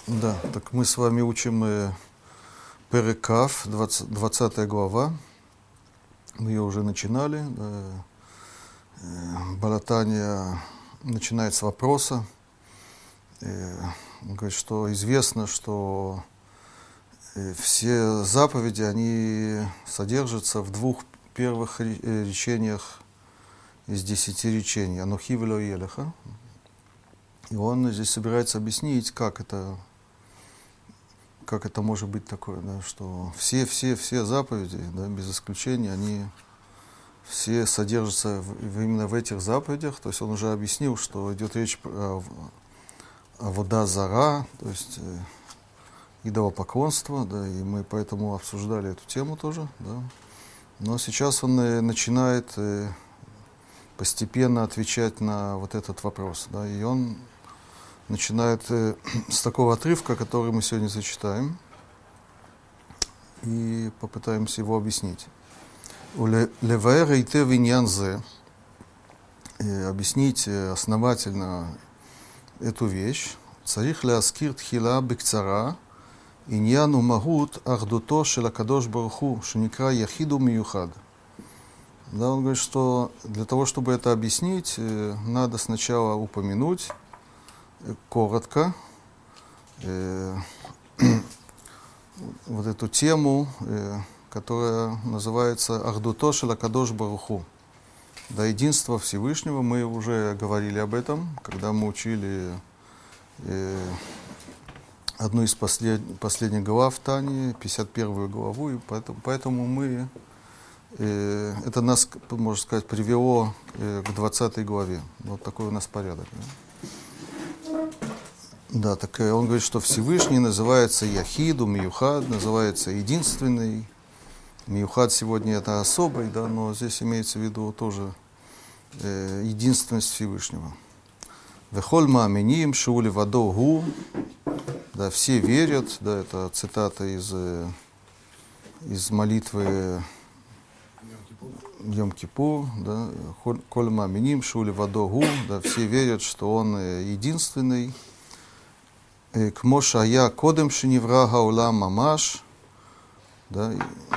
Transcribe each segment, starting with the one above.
Да, так мы с вами учим Перек Кав, 20 глава. Мы ее уже начинали. Баал ха-Тanya начинает с вопроса. Он говорит, что известно, что все заповеди, они содержатся в двух первых речениях из 10 речений. Анухи вело елеха. И он здесь собирается объяснить, как это может быть такое, да, что все заповеди, да, без исключения, они все содержатся именно в этих заповедях. То есть он уже объяснил, что идет речь о вода зара, то есть идолопоклонство, да, и мы поэтому обсуждали эту тему тоже. Да. Но сейчас он начинает постепенно отвечать на вот этот вопрос. Да, и он начинает с такого отрывка, который мы сегодня зачитаем, и попытаемся его объяснить. Леваэр эйтев иньян зе, объяснить основательно эту вещь. Царих леаскир тхила бекцара иньян умагут ахдуто шел акадош барух ху шеникра яхиду миюхад. Да, он говорит, что для того, чтобы это объяснить, надо сначала упомянуть коротко вот эту тему, которая называется «Ахдуто шел акадош барух ху». Да, единство Всевышнего. Мы уже говорили об этом, когда мы учили одну из последних глав Тани, 51 главу, и поэтому мы это нас, можно сказать, привело к 20 главе. Вот такой у нас порядок. Да, так он говорит, что Всевышний называется Яхиду, Миюхад, называется единственный. Миюхад сегодня это особый, да, но здесь имеется в виду тоже единственность Всевышнего. Вехоль мааминим шиули вадо гу, да, все верят, да, это цитата из молитвы Йом-Кипур, да, коль мааминим шиули вадо гу, да, все верят, что он единственный. Кмо шая кодем шенивра гаулам мамаш, да,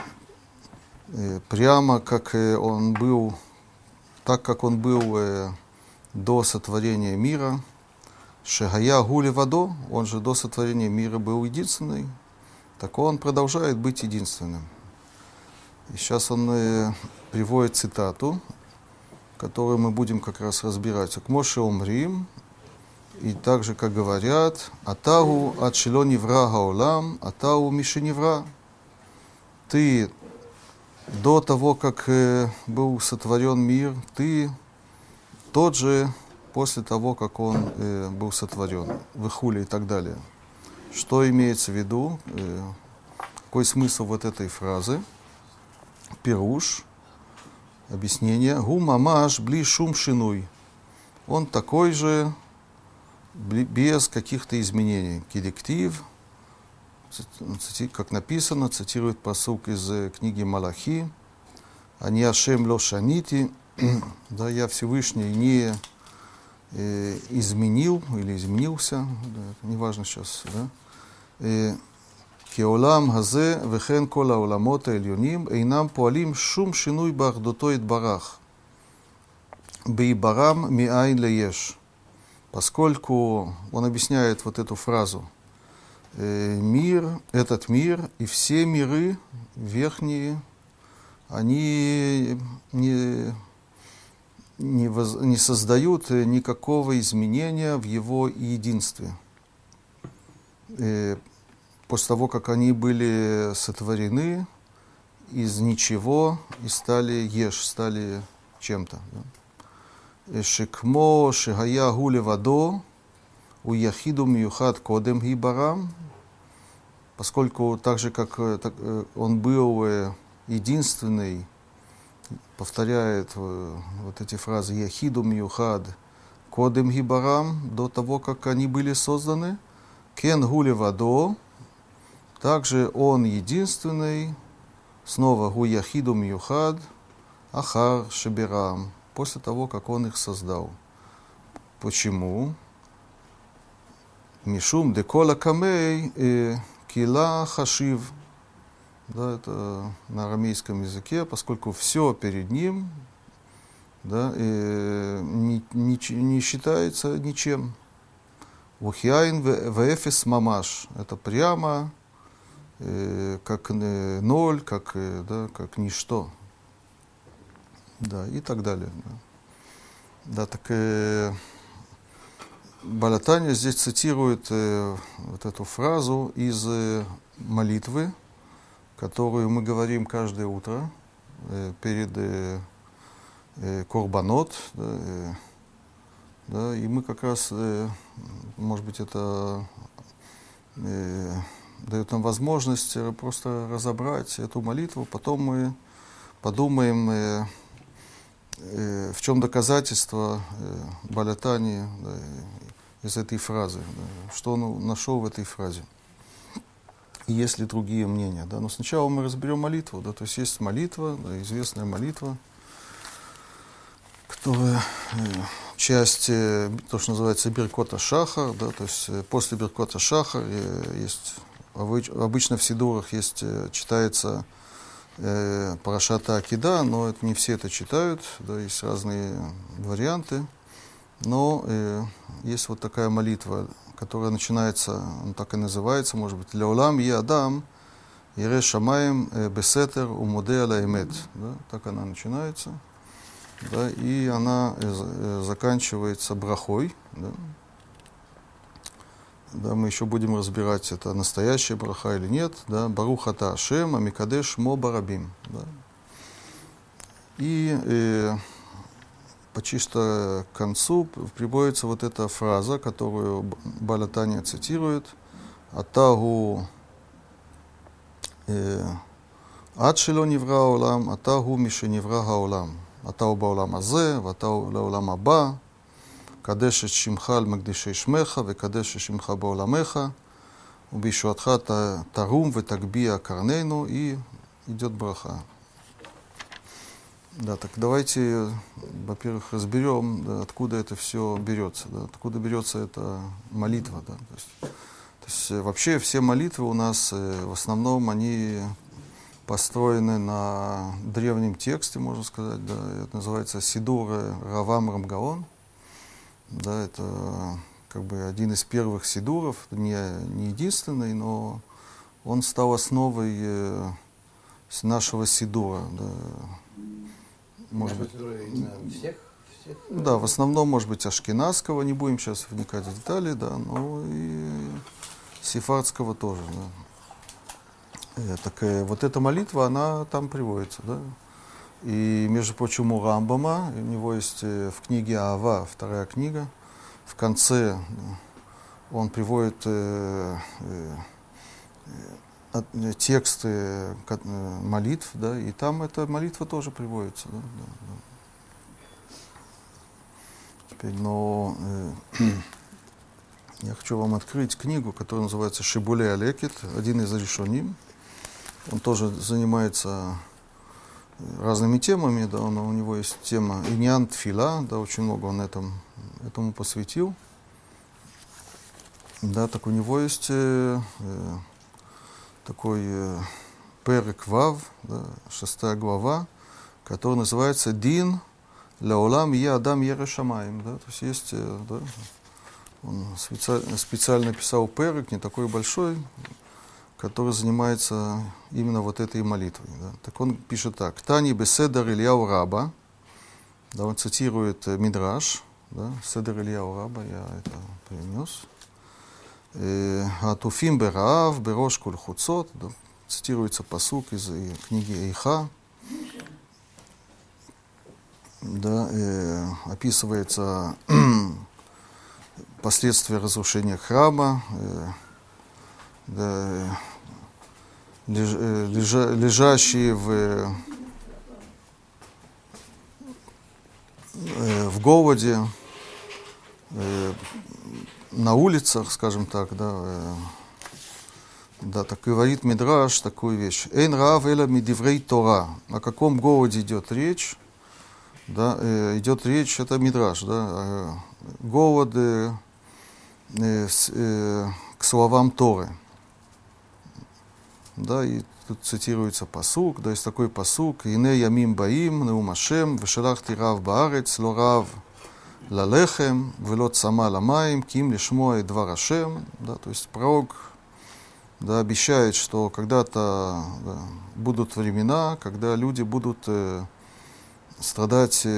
прямо как он был, так как он был до сотворения мира. Шегая гули вадо, он же до сотворения мира был единственный, так он продолжает быть единственным. И сейчас он приводит цитату, которую мы будем как раз разбирать. Кмоши омрим, и также, как говорят, «Атагу ат шело нивра гаолам, атагу миши нивра». Ты до того, как был сотворен мир, ты тот же после того, как он был сотворен, выхули и так далее. Что имеется в виду? Какой смысл вот этой фразы? Пируш, объяснение. «Гу мамаш бли шум шинуй». Он такой же, без каких-то изменений. Кедиктив, как написано, цитирует пасук из книги Малахи, «Ани Ашем ло шанити», да, я Всевышний не изменил или изменился, да, неважно сейчас, да. «Кеолам хазе вехен кол аоламот аэльоним эйнам поалим шум шинуй баахдуто итбарах бейбарам миайн лееш». Поскольку он объясняет вот эту фразу, мир, этот мир и все миры верхние, они не создают никакого изменения в его единстве. После того, как они были сотворены из ничего и стали чем-то. Шекмо шегая гуле вадо у яхиду миюхад кодем гибарам, поскольку так же, как он был единственный, повторяет вот эти фразы яхиду миюхад кодем гибарам, до того, как они были созданы, кен гуле вадо, также он единственный, снова гу яхиду миюхад ахар шебирам, после того, как он их создал. Почему? Мишум декола камей кила хашив. Да, это на арамейском языке, поскольку все перед ним, да, не считается ничем. Ухьяин вэфис мамаш. Это прямо как ноль, как, да, как ничто. Да, и так далее. Да, так Бааль ха-Таня здесь цитирует вот эту фразу из молитвы, которую мы говорим каждое утро перед корбанот. Да, и мы как раз, может быть, это дает нам возможность просто разобрать эту молитву. Потом мы подумаем, в чем доказательство Бааль ха-Тани, да, из этой фразы, да, что он нашел в этой фразе. И есть ли другие мнения. Да? Но сначала мы разберем молитву. Да? То есть молитва, да, известная молитва, которая часть, то, что называется Биркот ха-Шахар, да, то есть после Биркот ха-Шахар есть, обычно в сидурах есть, читается Парашат ха-Акида, но это не все это читают, да, есть разные варианты, но есть вот такая молитва, которая начинается, он так и называется, может быть, «Леолам е адам, ире шамаем бесетер умуде аля эмет». Так она начинается. Да, и она заканчивается брахой. Да. Да, мы еще будем разбирать, это настоящая браха или нет. Да. Барух ата Ашем, амикадеш мо барабим. Да. И почти что к концу приводится вот эта фраза, которую Бааль ха-Таня цитирует. Атагу ад шело нивра аолам, атагу мишенивра хаолам. אתה הוא בעולם הזה, ואתה הוא לעולם הבא, קדש את שמך על מקדישי שמך, וקדש את שמך בעולמך, ובישועתך תרום ותגביה קרננו, и идет браха. Да, так давайте, во-первых, разберем, да, откуда это все берется, да, откуда берется эта молитва. Да, то есть вообще все молитвы у нас в основном они построены на древнем тексте, можно сказать, да, это называется Сидур Рав Амрам Гаон. Да, это как бы один из первых сидуров, не единственный, но он стал основой нашего сидура. Да. Может быть, всех? Да, в основном, может быть, ашкеназского, не будем сейчас вникать в детали, да, но и сефардского тоже. Да. Так вот эта молитва, она там приводится, да. И, между прочим, у Рамбама, у него есть в книге Ава, вторая книга, в конце он приводит тексты молитв, да, и там эта молитва тоже приводится. Да, да. Теперь, но я хочу вам открыть книгу, которая называется Шибулей Алекет, один из решоним. Он тоже занимается разными темами, да, у него есть тема Иньян Тфила, да, очень много он этому посвятил. Да, так у него есть такой Перек Вав, да, 6 глава, который называется Дин Леолам е адам ере шамаим. Да, то есть да, он специально писал Перек, не такой большой, который занимается именно вот этой молитвой. Да. Так он пишет так. Тани беседер Ильяу Раба, да, он цитирует Мидраш, да, Седер Ильяу Раба, я это принес. Атуфим бераав, берош куль хуцот, да, цитируется пасук из книги Эйха. Да, описывается последствия разрушения храма, да, лежащие в голоде, на улицах, скажем так, да, да, так говорит Мидраш такую вещь. Эйн раав эла мидиврей Тора. О каком голоде идет речь? Да, идет речь, это Мидраш, да, голод к словам Торы. Да, и тут цитируется пасук, да, есть такой пасук: «Ине ямим баим, неум Ашем, вешелахти рав баарец, ло рав лалехем, вело цама ламаим, ким лишмо эд двар Ашем». Да, то есть пророк, да, обещает, что когда-то, да, будут времена, когда люди будут страдать,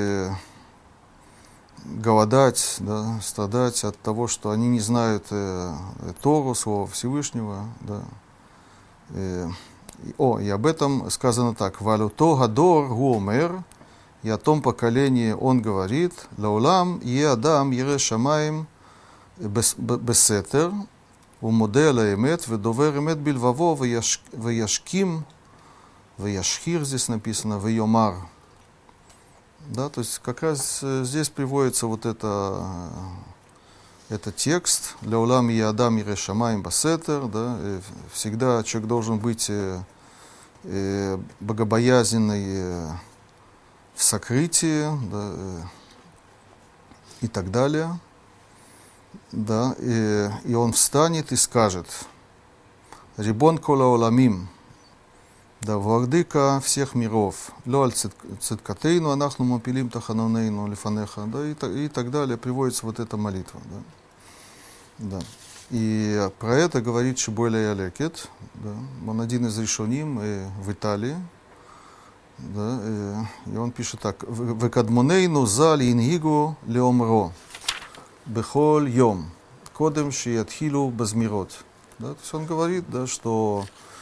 голодать, да, страдать от того, что они не знают Тору, Слово Всевышнего. Да. И об этом сказано так: «Валюто гадор гуомер», и о том поколении он говорит: «Лаулам е адам ере шамаим бесетер, умоде ла эмет, ведовер эмет бильваво, ваяшким, ваяшхир», здесь написано, вайомар. Да, то есть как раз здесь приводится вот это текст: «Лаулам е адам ере шамаим бесетер», да, всегда человек должен быть богобоязненный в сокрытии, да, и так далее. Да, и он встанет и скажет: «Рибон кола оламим», да, владыка всех миров, «Ло аль цеткатейну, анахну мапилим таханонейну лифанеха», да, и так далее, приводится вот эта молитва. Да. Да. И про это говорит Шибуэль Алекет, да, он один из решоним в Италии. Да, и он пишет так: «Векадмонейну зали ингигу леомро бехоль йом кодем шиятхилу базмирот». Да, то есть он говорит, да, что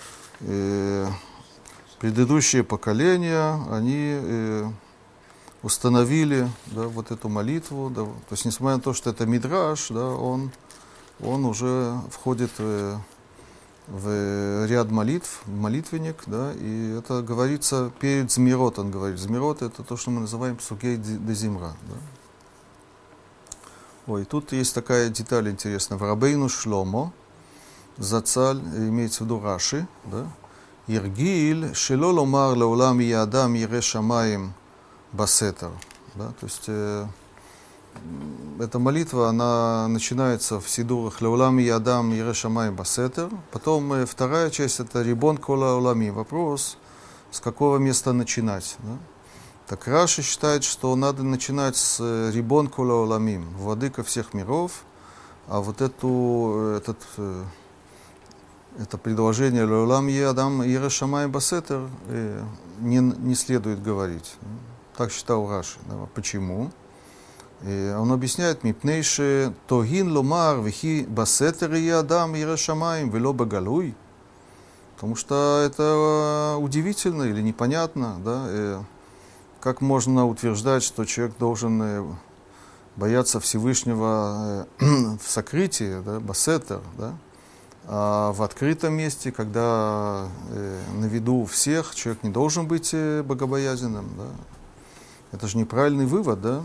предыдущие поколения, они установили, да, вот эту молитву. Да, то есть несмотря на то, что это мидраш, да, он уже входит в ряд молитв, молитвенник, да, и это говорится перед Змирот, он говорит. Змирот — это то, что мы называем псукей де зимра. Да. Ой, тут есть такая деталь интересная. В Рабейну Шломо Зацаль, имеется в виду Раши, да, «Иргиль шело ломар леулам и адам ере шамаим басетер». Да, то есть эта молитва, она начинается в сидурах «Леулам и адам ере шамаим басетер». Потом вторая часть — это «Рибон кола улами». Вопрос, с какого места начинать. Да? Так Раши считает, что надо начинать с «Рибон кола уламим», владыка всех миров, а вот это предложение «Леулам и адам ере шамаим басетер» не следует говорить. Так считал Раши. Да? Почему? И он объясняет: «Мипнейше тогин ломар вихи басетер и адам ере шамаим вело багалуй». Потому что это удивительно или непонятно, да? Как можно утверждать, что человек должен бояться Всевышнего в сокрытии, да, басетер, да? А в открытом месте, когда на виду всех, человек не должен быть богобоязненным. Да? Это же неправильный вывод, да?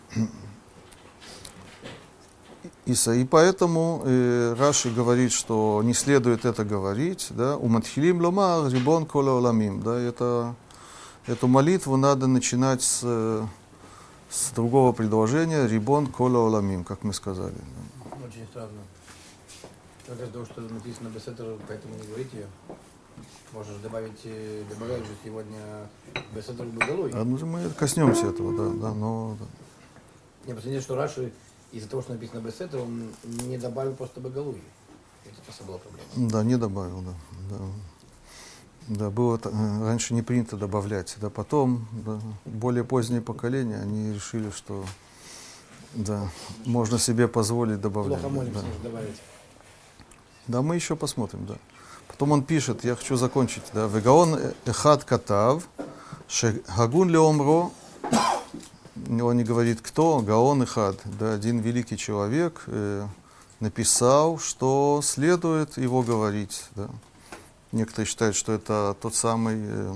И поэтому Раши говорит, что не следует это говорить, да? «Уматхилим ломар рибон кола оламим». Да? Эту молитву надо начинать с другого предложения «Рибон кола оламим», как мы сказали. Да? Очень странно. Только то, что написано «Бесетер», поэтому не говорите ее. Можешь добавить же сегодня «Бесетер Багалуй». Мы коснемся этого, да, но... Да. Я просто что Раши из-за того, что написано «Бесетер», он не добавил просто «Багалуй». Это просто была проблема. Да, не добавил, да. Да, было раньше не принято добавлять, да, потом, да, более позднее поколение, они решили, что, да, можно себе позволить добавлять. Плохо молимся, да. добавить. Да, мы еще посмотрим, да. Потом он пишет, я хочу закончить, да, «Вегаон эхад катав, шегагун леомро». Он не говорит, кто, Гаон эхад, да, один великий человек написал, что следует его говорить, да. Некоторые считают, что это тот самый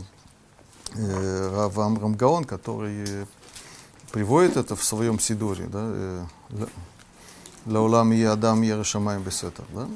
Рав Амрам Гаон, который приводит это в своем сидуре, да, «Лаулам и адам ере шамаим бесетер». Да?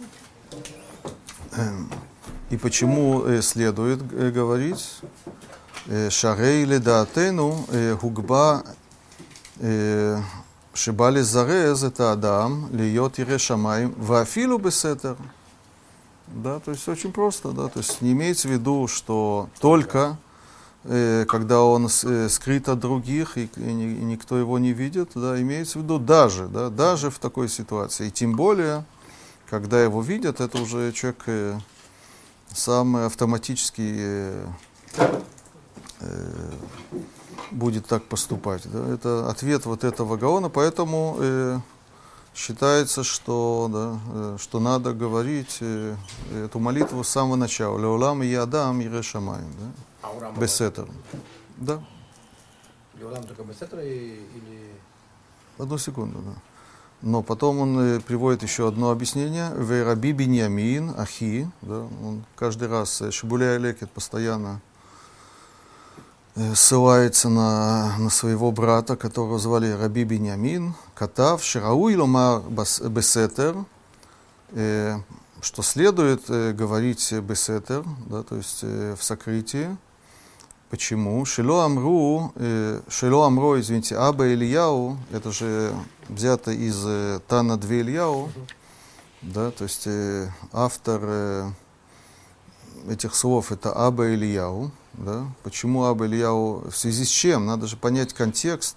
И почему следует говорить? «Шарей ледаатену гугба שבא לזרז את האדם להיות ירא שמיים ואפילו בסתר. Да, то есть очень просто, да, то есть не имеется в виду, что только когда он скрыт от других и никто его не видит, да, имеется в виду даже, да, даже в такой ситуации. И тем более, когда его видят, это уже человек сам автоматически будет так поступать. Да. Это ответ вот этого Гаона, поэтому считается, что, да, что надо говорить эту молитву с самого начала. Леолам и Адам Ире Шамаим. Бесетер. Да. Леолам только бесетер или... Одну секунду, да. Но потом он приводит еще одно объяснение. Раби Биньямин, Ахи. Да, он каждый раз, Шибуля Элекет постоянно ссылается на своего брата, которого звали Раби Биньямин, Катав, Ширауи ломар бесетер, что следует говорить бесетер, да, то есть в сокрытии. Почему? Шело амро, извините, Аба Ильяу, это же взято из Тана Две Ильяу, да, то есть автор этих слов это Аба Ильяу. Да? Почему Аба Ильяу? В связи с чем? Надо же понять контекст,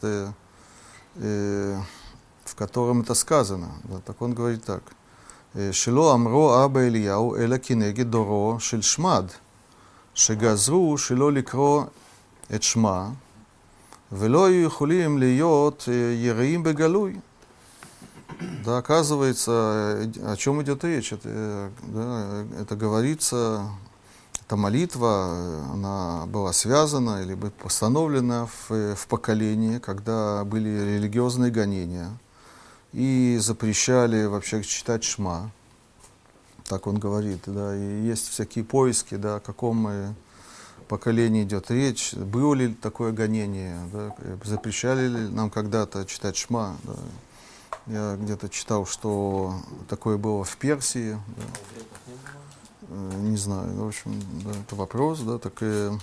в котором это сказано. Да? Так он говорит так. Шело амро Аба Ильяу эла кинеги доро шель шмад, шегазру шело ликро эт шма, вело юхулим льет ереим бегалуй. Да, оказывается, о чем идет речь? Это говорится... Эта молитва, она была связана или постановлена в поколении, когда были религиозные гонения, и запрещали вообще читать Шма. Так он говорит, да, и есть всякие поиски, да, о каком поколении идет речь, было ли такое гонение, да, запрещали ли нам когда-то читать Шма. Да. Я где-то читал, что такое было в Персии. Да. Не знаю, в общем, да, это вопрос, да, так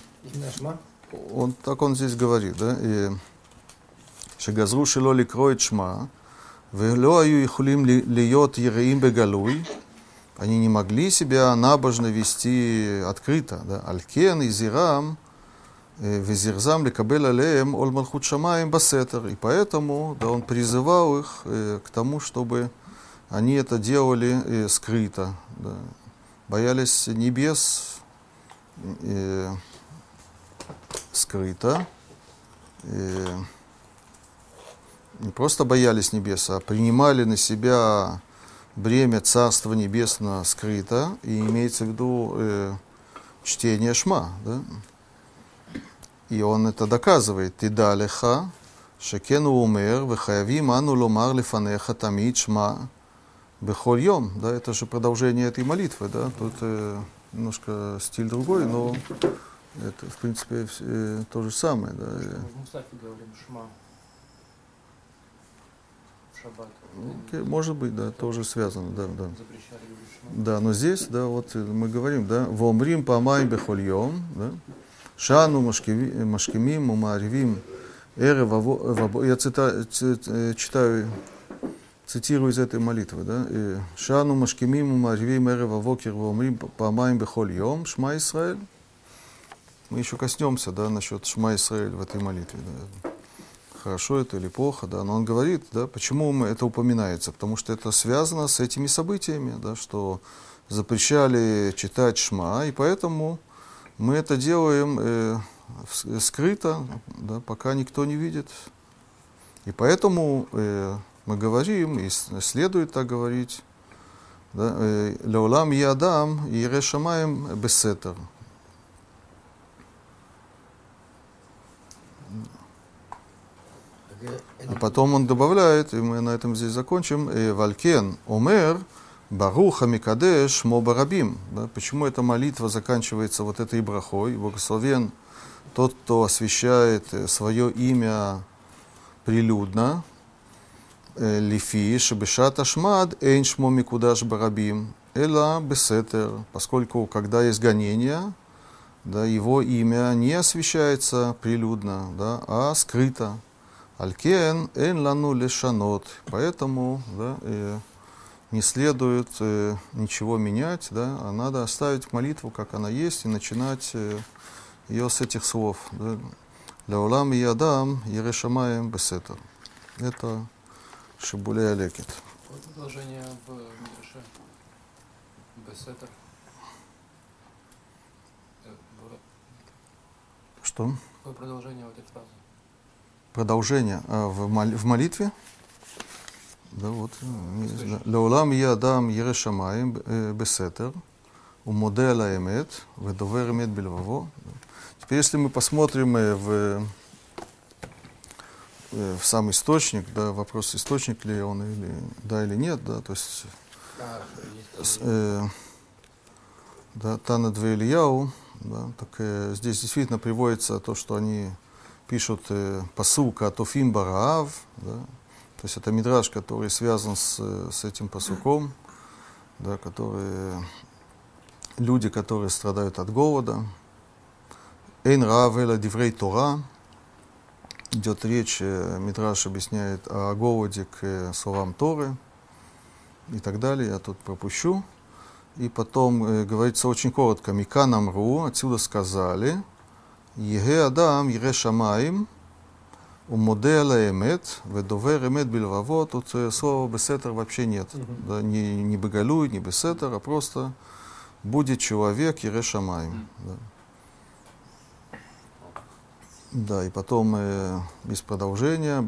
он здесь говорит, да, и шегазру шело ликроет шма, вело аю ихулим льет ереим бегалуй, они не могли себя набожно вести открыто, да, алькен и зирам, везирзам лекабел алеем ол малхут шамаим басетер, и поэтому, да, он призывал их к тому, чтобы они это делали скрыто, да. Боялись небес скрыто. Не просто боялись небес, а принимали на себя бремя Царства Небесного скрыто. И имеется в виду чтение Шма. Да? И он это доказывает. Тидалеха, шекену умер, вехаявим ану ломар лифанеха тамид Шма. Бехольем, да, это же продолжение этой молитвы, да, тут немножко стиль другой, но это, в принципе, то же самое, да. В Мусафе говорим Шма в шаббат. Okay, может быть, да, тоже связано, да, да. Запрещали Шма. Да, но здесь, да, вот мы говорим, да, вомрим памай бехольем, да, шану машкимим умаривим эре вабо, я читаю, цитирую из этой молитвы, да, «Шану машкимим умарвим эрев авокер вомрим памаим бехоль йом Шма Исраэль». Мы еще коснемся, да, насчет Шма Исраэль в этой молитве. Да. Хорошо это или плохо, да, но он говорит, да, почему это упоминается, потому что это связано с этими событиями, да, что запрещали читать Шма, и поэтому мы это делаем скрыто, да, пока никто не видит. И поэтому мы говорим, и следует так говорить, «Леолам и Адам и Ире Шамаим бесетер». А потом он добавляет, и мы на этом здесь закончим, «Валькен омер баруха микадеш мо барабим». Почему эта молитва заканчивается вот этой брахой? Благословен тот, кто освящает свое имя прилюдно. Лифи шебешат ашмад эйн шмо микудаш барабим эла бесетер, поскольку когда есть гонение, да, его имя не освящается прилюдно, да, а скрыто. Алькен эн лану лешанот. Поэтому, да, не следует ничего менять, да, а надо оставить молитву, как она есть, и начинать ее с этих слов. Да. Леолам и Адам Ерешамаем Бесетер. Это Шибулей Алекет. Какое продолжение в Мидраше? Бесетер. Что? Какое продолжение в этой фразе? Продолжение в молитве. Да, вот. Леолам и Адам Ерешамаем Бесетер. Умоде ала эмет, ведовер эмет бельваво. Теперь, если мы посмотрим в сам источник, да, вопрос, источник ли он или да или нет, да, то есть да, Тана Две Ильяу, да, так здесь действительно приводится то, что они пишут пасук Атофим Бараав, да, то есть это мидраш, который связан с этим пасуком, да, который люди, которые страдают от голода. Эйн раав эла диврей Тора. Идет речь, мидраш объясняет о голоде к словам Торы и так далее. Я тут пропущу. И потом говорится очень коротко. Микан амру, отсюда сказали, Еге Адам Ере Шамаим, умоде ала эмет, ведовер эмет бельваво. Тут слова бесетер вообще нет. Да, не бегалуй, не бесетер, а просто будет человек Ере Шамаим. Да. Да, и потом без продолжения.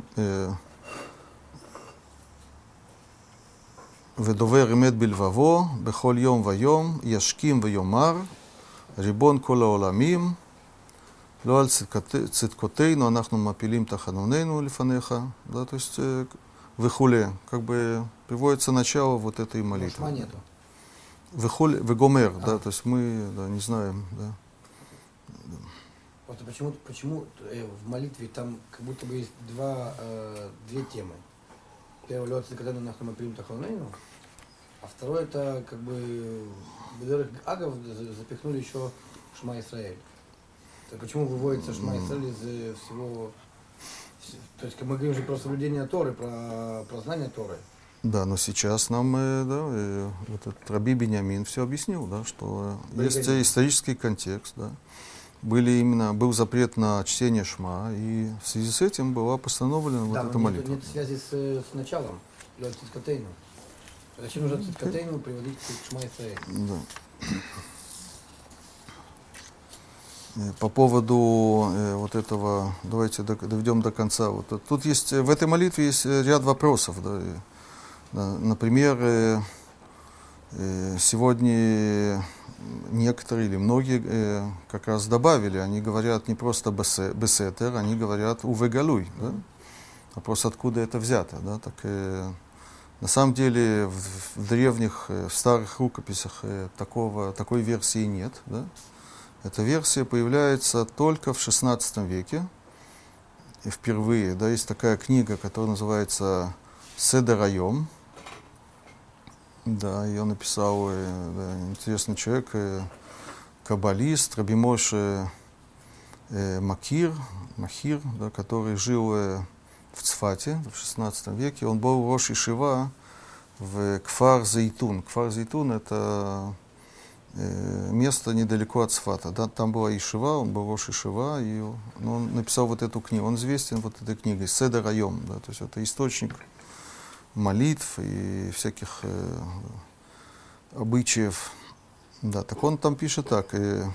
ודובר אמת בלבבו, בכל יום ויום, ישכים ויאמר, ריבון כל העולמים, לא על צדקותינו, אנחנו מפילים תחנוננו לפניך, да, то есть וכולי, как бы приводится начало вот этой молитвы. Вехоль, вегомер, да, то есть мы, да, не знаем, да. Просто почему в молитве там как будто бы есть две темы. Первое, Лёд Цикатену Нахнама Прим Тахалнейну, а второе, это как бы Бедерых Агов запихнули еще Шма Исраэль. Почему выводится Шма Исраэль из всего... То есть мы говорим же про соблюдение Торы, про знание Торы. Да, но сейчас нам да, вот этот Раби Биньямин все объяснил, да, что есть исторический контекст, да. Был запрет на чтение Шма, и в связи с этим была постановлена вот эта молитва. Нет связи с началом, Лёд Цидкатейну. Зачем нужно Цидкатейну приводить к Шма Исраэль? Да. По поводу вот этого, давайте доведем до конца. Вот, тут есть, в этой молитве есть ряд вопросов. Да, например, сегодня некоторые или многие как раз добавили, они говорят не просто бесетер, они говорят увегалуй, да? Вопрос, откуда это взято, да? Так, на самом деле в древних, в старых рукописях такой версии нет, да? Эта версия появляется только в XVI веке, и впервые, да, есть такая книга, которая называется Седер Айом. Да, ее написал да, интересный человек, каббалист, Раби Моше Махир, да, который жил в Цфате в XVI веке. Он был рош ешива в Кфар Зейтун. Кфар Зейтун — это место недалеко от Цфата. Да, там была ешива, он был рош ешива, и он написал вот эту книгу. Он известен вот этой книгой Седер Айом, да, то есть это источник молитв и всяких обычаев. Да, так он там пишет так.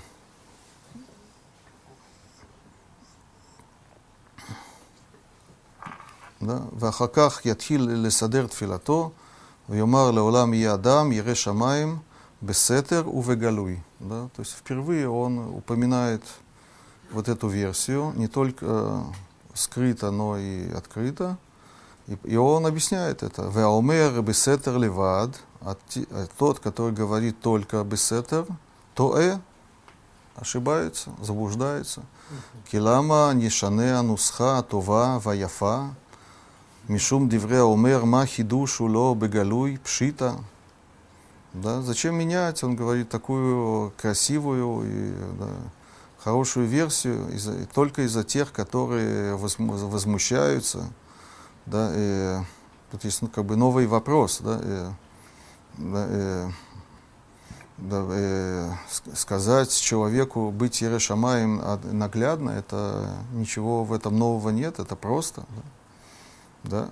Да, «Вахаках ятхил лесадер тфилато, вьомар леолам ие адам, ере шамаим, бесетер увегалуй». Да, то есть впервые он упоминает вот эту версию, не только скрыто, но и открыто. И он объясняет это. «Веаомер бесетер левад», тот, который говорит только бесетер, то ошибается, заблуждается. «Килама нишане анусха това ваяфа, мишум дивре аомер ма хидушу ло бегалуй пшита». Да, зачем менять, он говорит, такую красивую и да, хорошую версию только из-за тех, которые возмущаются. Да, тут есть как бы новый вопрос. Сказать человеку быть Ире Шамаим наглядно, это ничего в этом нового нет, это просто. Да.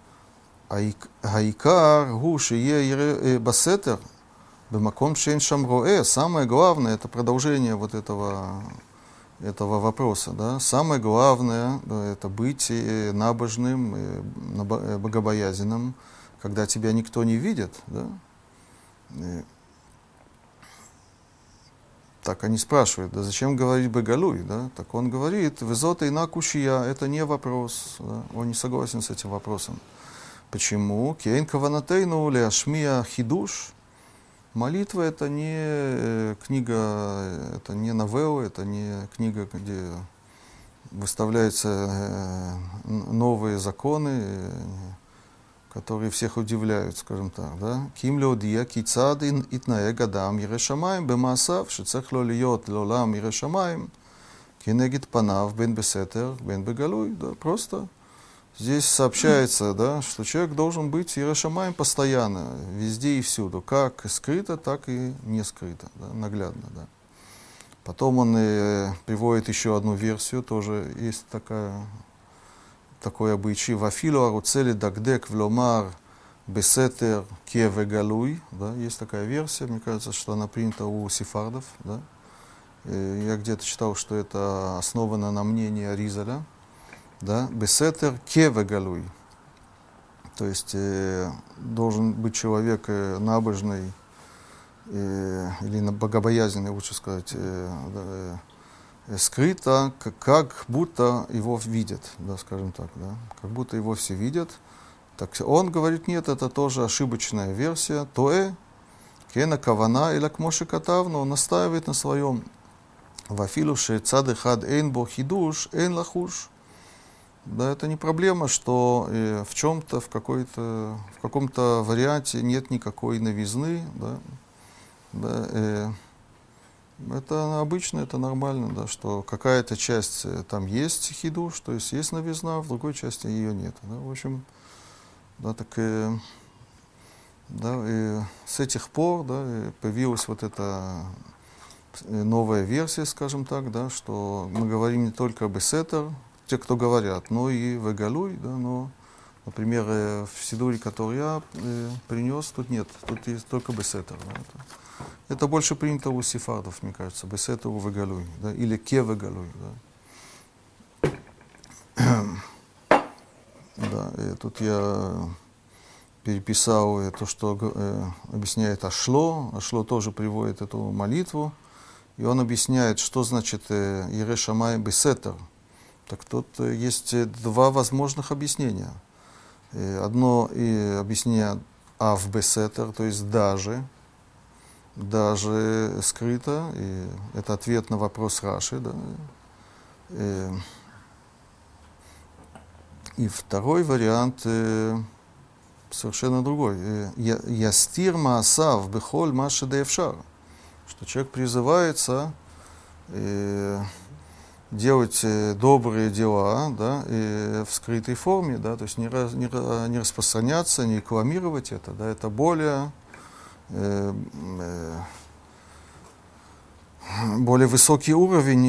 Аикар гу шие Ире басетер бемаком шейн шам роэ. Самое главное, это продолжение вот этого вопроса. Да. Самое главное, да, это быть набожным, богобоязненным, когда тебя никто не видит. Да. Так они спрашивают, да зачем говорить Бегалуй, да? Так он говорит, везота ина кушия, это не вопрос, да? Он не согласен с этим вопросом. Почему? Кейн каванатейну леашмия хидуш. Молитва это не книга, это не новелла, это не книга, где выставляются новые законы, которые всех удивляют, скажем так, да? Ким леодия кицад итнаэг адам ире шамаим бемаасав шецех ло льот лолам ире шамаим кенегит панав бен бесетер бен бегалуй. Да, просто здесь сообщается, да, что человек должен быть ире шамаим постоянно, везде и всюду, как скрыто, так и не скрыто, да, наглядно. Да. Потом он приводит еще одну версию, тоже есть такой обычай. Вафилу аруцели дагдек вломар бесетер кеве галуй. Да, есть такая версия, мне кажется, что она принята у сефардов. Да. Я где-то читал, что это основано на мнении Аризаля. Да. Бесетер кеве галуй. То есть должен быть человек набожный или богобоязненный, лучше сказать, скрыто, как будто его видят, да, скажем так, да, как будто его все видят. Так он говорит, нет, это тоже ошибочная версия. Тоэ, кена кавана или кмоши катав, но он настаивает на своем. Вафилу ше цад эхад эйн бо хидуш, эйн лахуш. Да, это не проблема, что в чем-то, в каком-то варианте нет никакой новизны, да, да, это обычно, это нормально, да, что какая-то часть там есть хидуш, то есть есть новизна, в другой части ее нет. Да, в общем, да, так да, и с этих пор, да, появилась вот эта новая версия, скажем так, да, что мы говорим не только об эсетер, те, кто говорят, но и в эгалуй, да, но, например, в сидуре, который я принес, тут нет, тут есть только бесетер. Да, это больше принято у сефардов, мне кажется, бесетер в эгалуй, да, или ке в эгалуй. Да. Да, и тут я переписал то, что объясняет Ашло. Ашло тоже приводит эту молитву, и он объясняет, что значит Ире Шамай бесетер. Так тут есть два возможных объяснения. Одно объяснение ав бесетер, то есть даже скрыто, и это ответ на вопрос Раши. Да. И второй вариант совершенно другой. Ястир маасав бехоль маши деевшар. Что человек призывается делать добрые дела, да, в скрытой форме, да, то есть не распространяться, не рекламировать это, да, это более высокий уровень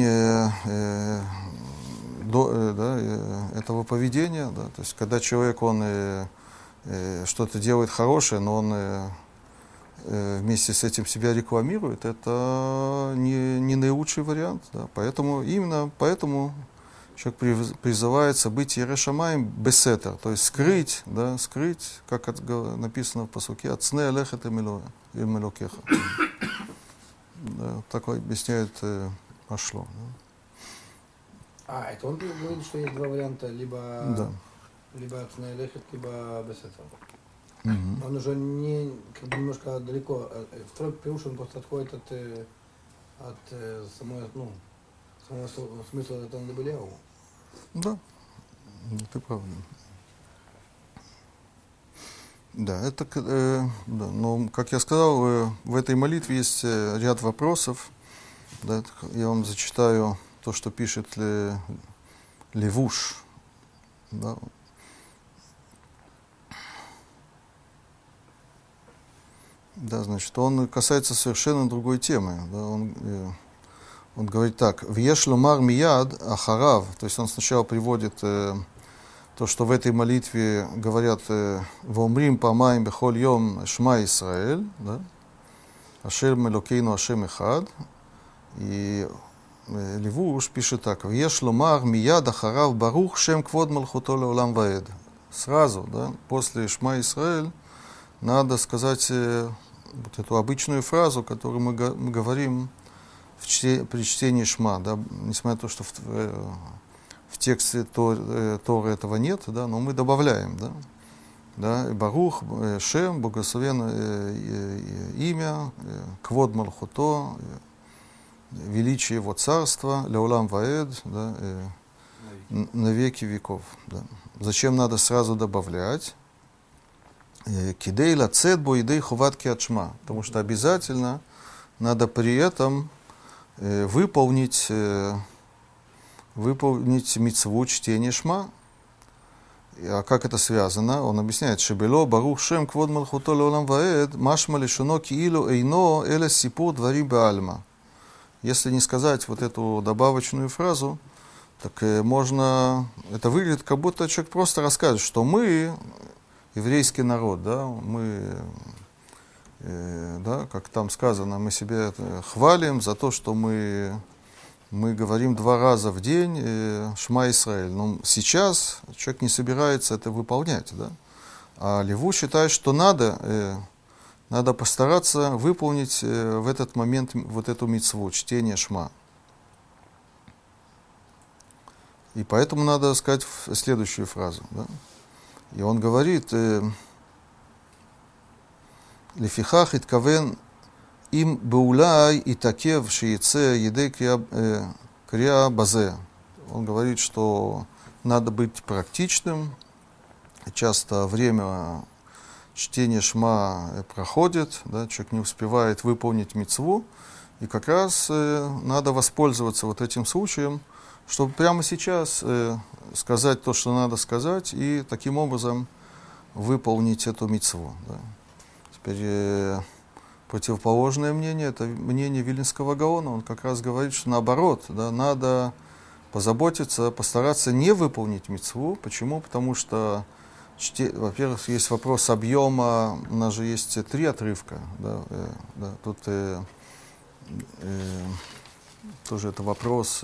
этого поведения, да, то есть когда человек он что-то делает хорошее, но он вместе с этим себя рекламирует, это не наилучший вариант. Да. Именно поэтому человек призывается быть Ире Шамаим бесетер, то есть скрыть, да, скрыть, как написано в пасуке, «Ацне алехет эмелокеха». Да, так объясняет Ашло. Да. Это он говорит, что есть два варианта, либо «Ацне алехет», либо бесетер. Mm-hmm. Он уже немножко далеко. Второй пируш, он просто отходит от самого смысла этого Набелиау. Да, ты прав. Да, это, да, но, как я сказал, в этой молитве есть ряд вопросов, Да, я вам зачитаю то, что пишет Левуш. Да. Да, значит, он касается совершенно другой темы. Да, он говорит так: «Вьеш ломар мияд ахарав», то есть он сначала приводит то, что в этой молитве говорят «Вомрим памаим бехоль йом шма Исраэль», да, «Ашем элокейну Ашем эхад». И Левуш пишет так: «Вьеш ломар мияд ахарав барух шем квод малхуто леолам ваэд». Сразу, да, после «Шма Исраэль» надо сказать вот эту обычную фразу, которую мы говорим при чтении Шма, да, несмотря на то, что в тексте Торы этого нет, да, но мы добавляем, да, да, Барух, Шем, благословен имя, Квод Малхуто, величие его царства, Леолам Ваэд, да, на веки веков. Да. Зачем надо сразу добавлять? Кидей лацет бо идей хуватки от Шма, потому что обязательно надо при этом выполнить мицву чтения Шма. А как это связано? Он объясняет: «Шебело барух шем квод малхуто леолам ваэд, машма лишуно киилу эйно эля сипур дварим беальма». Если не сказать вот эту добавочную фразу, так можно... Это выглядит, как будто человек просто расскажет, что мы, еврейский народ, да, мы... да, как там сказано, мы себя хвалим за то, что мы говорим 2 раза в день Шма Исраэль. Но сейчас человек не собирается это выполнять. Да? А Леву считает, что надо постараться выполнить в этот момент вот эту мицву, чтение Шма. И поэтому надо сказать следующую фразу. Да? И он говорит: «Лефихах иткавен им беулай и такев шиеце едей крия базе». Он говорит, что надо быть практичным. Часто время чтения Шма проходит, да, человек не успевает выполнить мицву, и как раз надо воспользоваться вот этим случаем, чтобы прямо сейчас сказать то, что надо сказать, и таким образом выполнить эту мицву. Да. Теперь противоположное мнение, это мнение Вильнинского Гаона. Он как раз говорит, что наоборот, да, надо позаботиться, постараться не выполнить мицву. Почему? Потому что, во-первых, есть вопрос объема, у нас же есть 3 отрывка. Да, да, тут тоже это вопрос,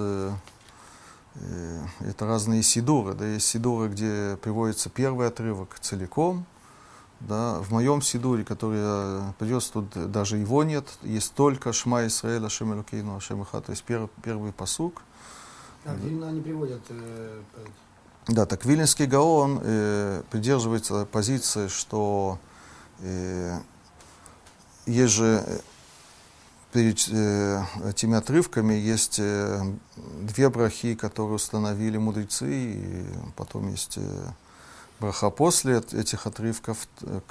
это разные сидуры. Да, есть сидуры, где приводится первый отрывок целиком. Да, в моем сидуре, который я привез, тут даже его нет, есть только Шма Исраэль, Ашем элокейну, Ашем эхад, то есть первый пасук. Длинно они приводят. Да, так Вильнинский Гаон придерживается позиции, что есть же перед этими отрывками есть 2 брахи, которые установили мудрецы, и потом есть браха после этих отрывков.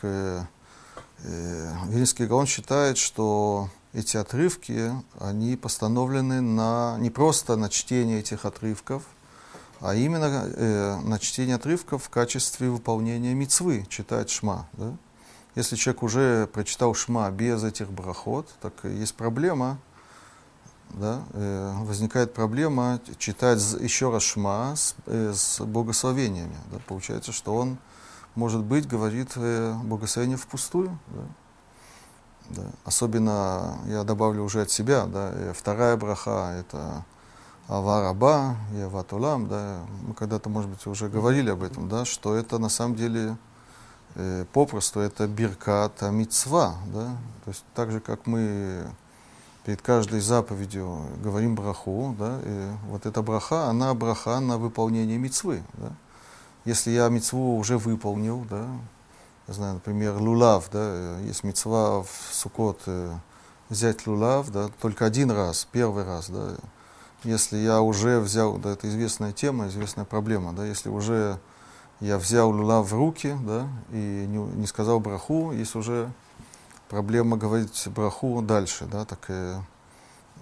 Вильнинский Гаон считает, что эти отрывки, они постановлены не просто на чтение этих отрывков, а именно на чтение отрывков в качестве выполнения мицвы, читать Шма. Да? Если человек уже прочитал Шма без этих брахот, так есть проблема, да? Возникает проблема читать еще раз Шма с благословениями. Да? Получается, что он, может быть, говорит благословение впустую. Да? Да. Особенно, я добавлю уже от себя, да, 2-я браха — это Ава Раба и Ават Олам. Да. Мы когда-то, может быть, уже говорили об этом, да, что это на самом деле попросту это биркат мицва. Да. То есть так же, как мы перед каждой заповедью говорим браху, да, и вот эта браха, она браха на выполнение мицвы. Да. Если я мицву уже выполнил, да, я знаю, например, лулав, да, есть мицва в Суккот взять лулав, да, только 1 раз, первый раз, да. Если я уже взял, да, это известная тема, известная проблема, да, если уже я взял лулав в руки, да, и не сказал браху, есть уже проблема говорить браху дальше, да, так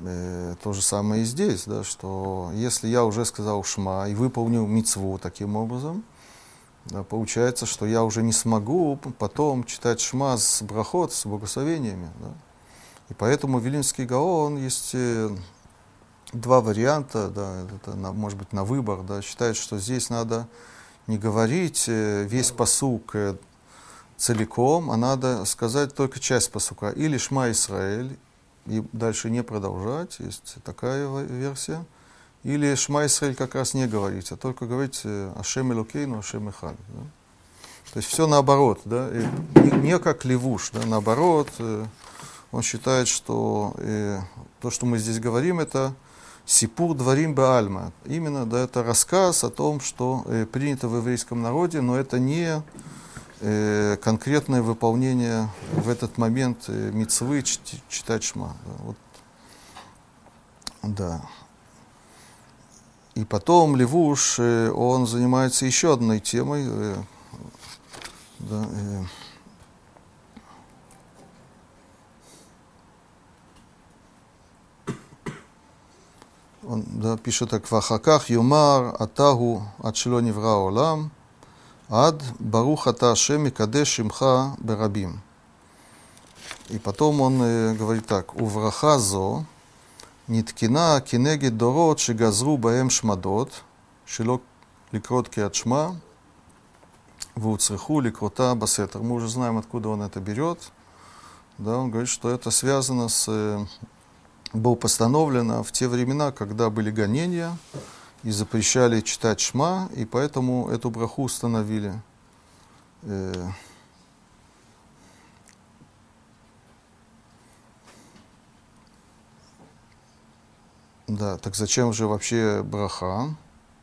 То же самое и здесь, да, что если я уже сказал шма и выполнил мицву таким образом, да, получается, что я уже не смогу потом читать шма с брахот, с благословениями. Да. И поэтому Вилинский Гаон есть два варианта, да, это может быть на выбор, да, считает, что здесь надо не говорить весь пасук целиком, а надо сказать только часть пасука, или Шма Исраэль, и дальше не продолжать, есть такая версия, или Шма Исраэль как раз не говорить, а только говорить Ашем Элокейну, Ашем Эхад. Да? То есть все наоборот, да, не как левуш, да, наоборот, он считает, что то, что мы здесь говорим, это Сипур Дварим Баальма. Именно, да, это рассказ о том, что принято в еврейском народе, но это не конкретное выполнение в этот момент мицвы читать шма. Да, вот. Да. И потом Левуш, он занимается еще одной темой. Да, он, да, пишет так: «Вахаках юмар атаху ад шело нивра олам, ад барух ата Ашем микадеш шимха берабим». И потом он говорит так: «Увраха зо ниткина кинегед дорот шегазру баэм шмадот, шело ликрот киат шма, вуцреху ликрота басетер». Мы уже знаем, откуда он это берет. Да, он говорит, что это связано с... было постановлено в те времена, когда были гонения, и запрещали читать шма, и поэтому эту браху установили. Да, так зачем же вообще браха?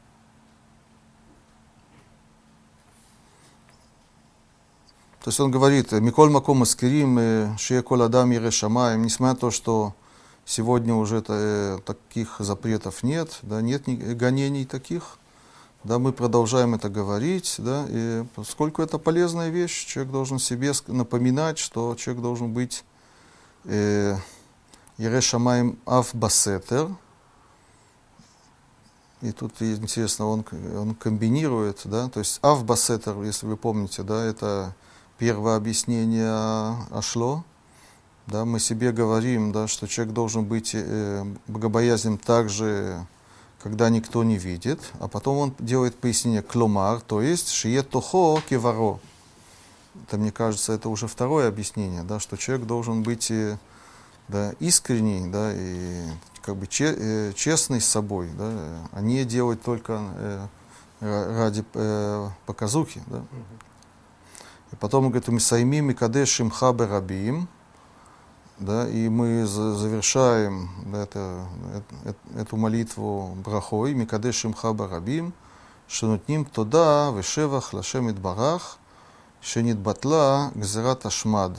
То есть он говорит: «Миколь маком аскирим шее кол адам ире шамаим», несмотря на то, что сегодня уже таких запретов нет, да, нет гонений таких, да, мы продолжаем это говорить, да, и поскольку это полезная вещь, человек должен себе напоминать, что человек должен быть ире шамаим ав басетер. И тут интересно, он комбинирует, да, то есть ав басетер, если вы помните, да, это первое объяснение Ашло. Да, мы себе говорим, да, что человек должен быть богобоязнен также, когда никто не видит, а потом он делает пояснение кломар, то есть шие тохо кеваро. Это, мне кажется, это уже второе объяснение, да, что человек должен быть да, искренний, да, и как бы честный с собой, да, а не делать только ради показухи. Да. И потом он говорит: «Мисайми микадеш шимха берабим». Да, и мы завершаем, да, эту молитву брахой «Микадеш шимха барабим, шенутним тода вешевах лашем идбарах, шенитбатла гзерат ашмад».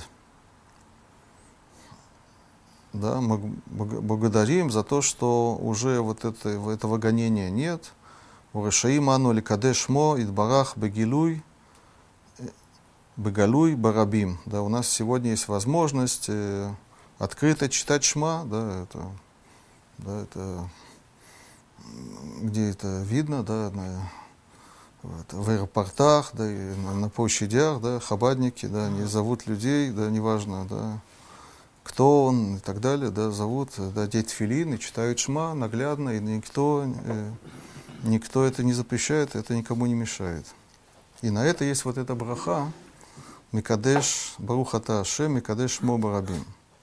Да, мы благодарим за то, что уже вот этого гонения нет. «Урашаим ану ликадеш мо идбарах бегилуй бегалуй барабим». Да, у нас сегодня есть возможность открыто читать шма, да, это где это видно, да, в аэропортах, да, и на площадях, да, хабадники, да, они зовут людей, да, неважно, да, кто он и так далее, да, зовут, да, одеть тфилин и читают шма наглядно, и никто это не запрещает, это никому не мешает. И на это есть вот эта браха «Микадеш барух ата Ашем, микадеш мо барабим».